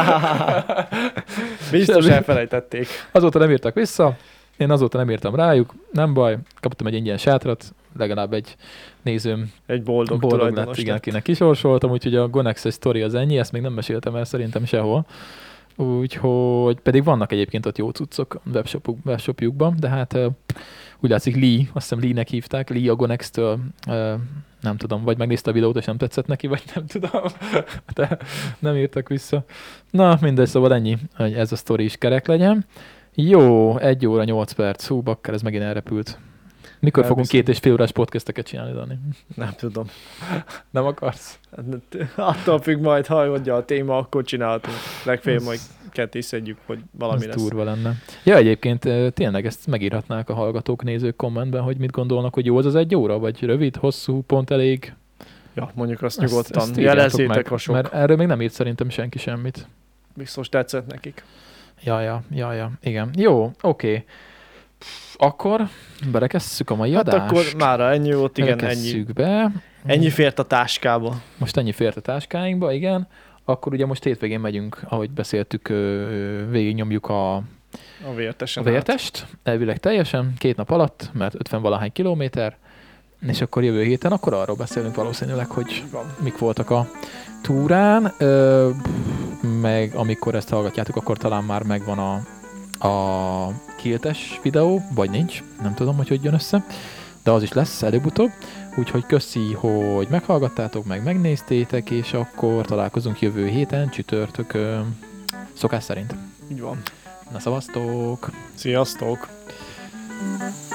Biztos elfelejtették. Azóta nem írtak vissza, én azóta nem írtam rájuk, nem baj, kaptam egy ingyen sátrat, legalább egy nézőm egy boldog, boldog lett, igen, akinek kisorsoltam, úgyhogy a Gonex-es sztori az ennyi, ezt még nem meséltem el szerintem sehol. Úgyhogy pedig vannak egyébként ott jó cuccok a webshopuk, webshopjukban, de hát uh, úgy látszik Lee, azt hiszem Lee-nek hívták, Lee a Gonex-től, uh, nem tudom, vagy megnézte a videót, és nem tetszett neki, vagy nem tudom, de nem írtak vissza. Na, mindegy, szóval ennyi, hogy ez a sztori is kerek legyen. Jó, egy óra, nyolc perc, hú, bakker, ez megint elrepült. Mikor fogunk két és fél órás podcasteket csinálni, Dani? Nem tudom. Nem akarsz? Attól függ majd, ha mondja a téma, akkor csinálhatunk. Legfeljebb majd ketté szedjük, hogy valami lesz. Turva lenne. Ja, egyébként tényleg ezt megírhatnák a hallgatók, nézők kommentben, hogy mit gondolnak, hogy jó az az egy óra, vagy rövid, hosszú, pont elég. Ja, mondjuk azt nyugodtan. Ezt, ezt jelezzétek, ha sok. Mert erről még nem írt szerintem senki semmit. Biztos tetszett nekik. Ja, ja, ja, ja. Igen. Jó, oké. Okay. Akkor berekesszük a mai hát adást. akkor mára ennyi volt, igen, ennyi. Be. Ennyi fért a táskába. Most ennyi fért a táskáinkba, igen. Akkor ugye most hétvégén megyünk, ahogy beszéltük, végignyomjuk a, a, vértesen a vértest. Elvileg teljesen, két nap alatt, mert ötven valahány kilométer. És akkor jövő héten, akkor arról beszélünk valószínűleg, hogy mik voltak a túrán. Meg amikor ezt hallgatjátok, akkor talán már megvan a a kiltes videó, vagy nincs, nem tudom, hogy hogy jön össze, de az is lesz előbb-utóbb, úgyhogy köszi, hogy meghallgattátok, meg megnéztétek, és akkor találkozunk jövő héten, csütörtökön, szokás szerint. Így van. Na szavaztok! Sziasztok!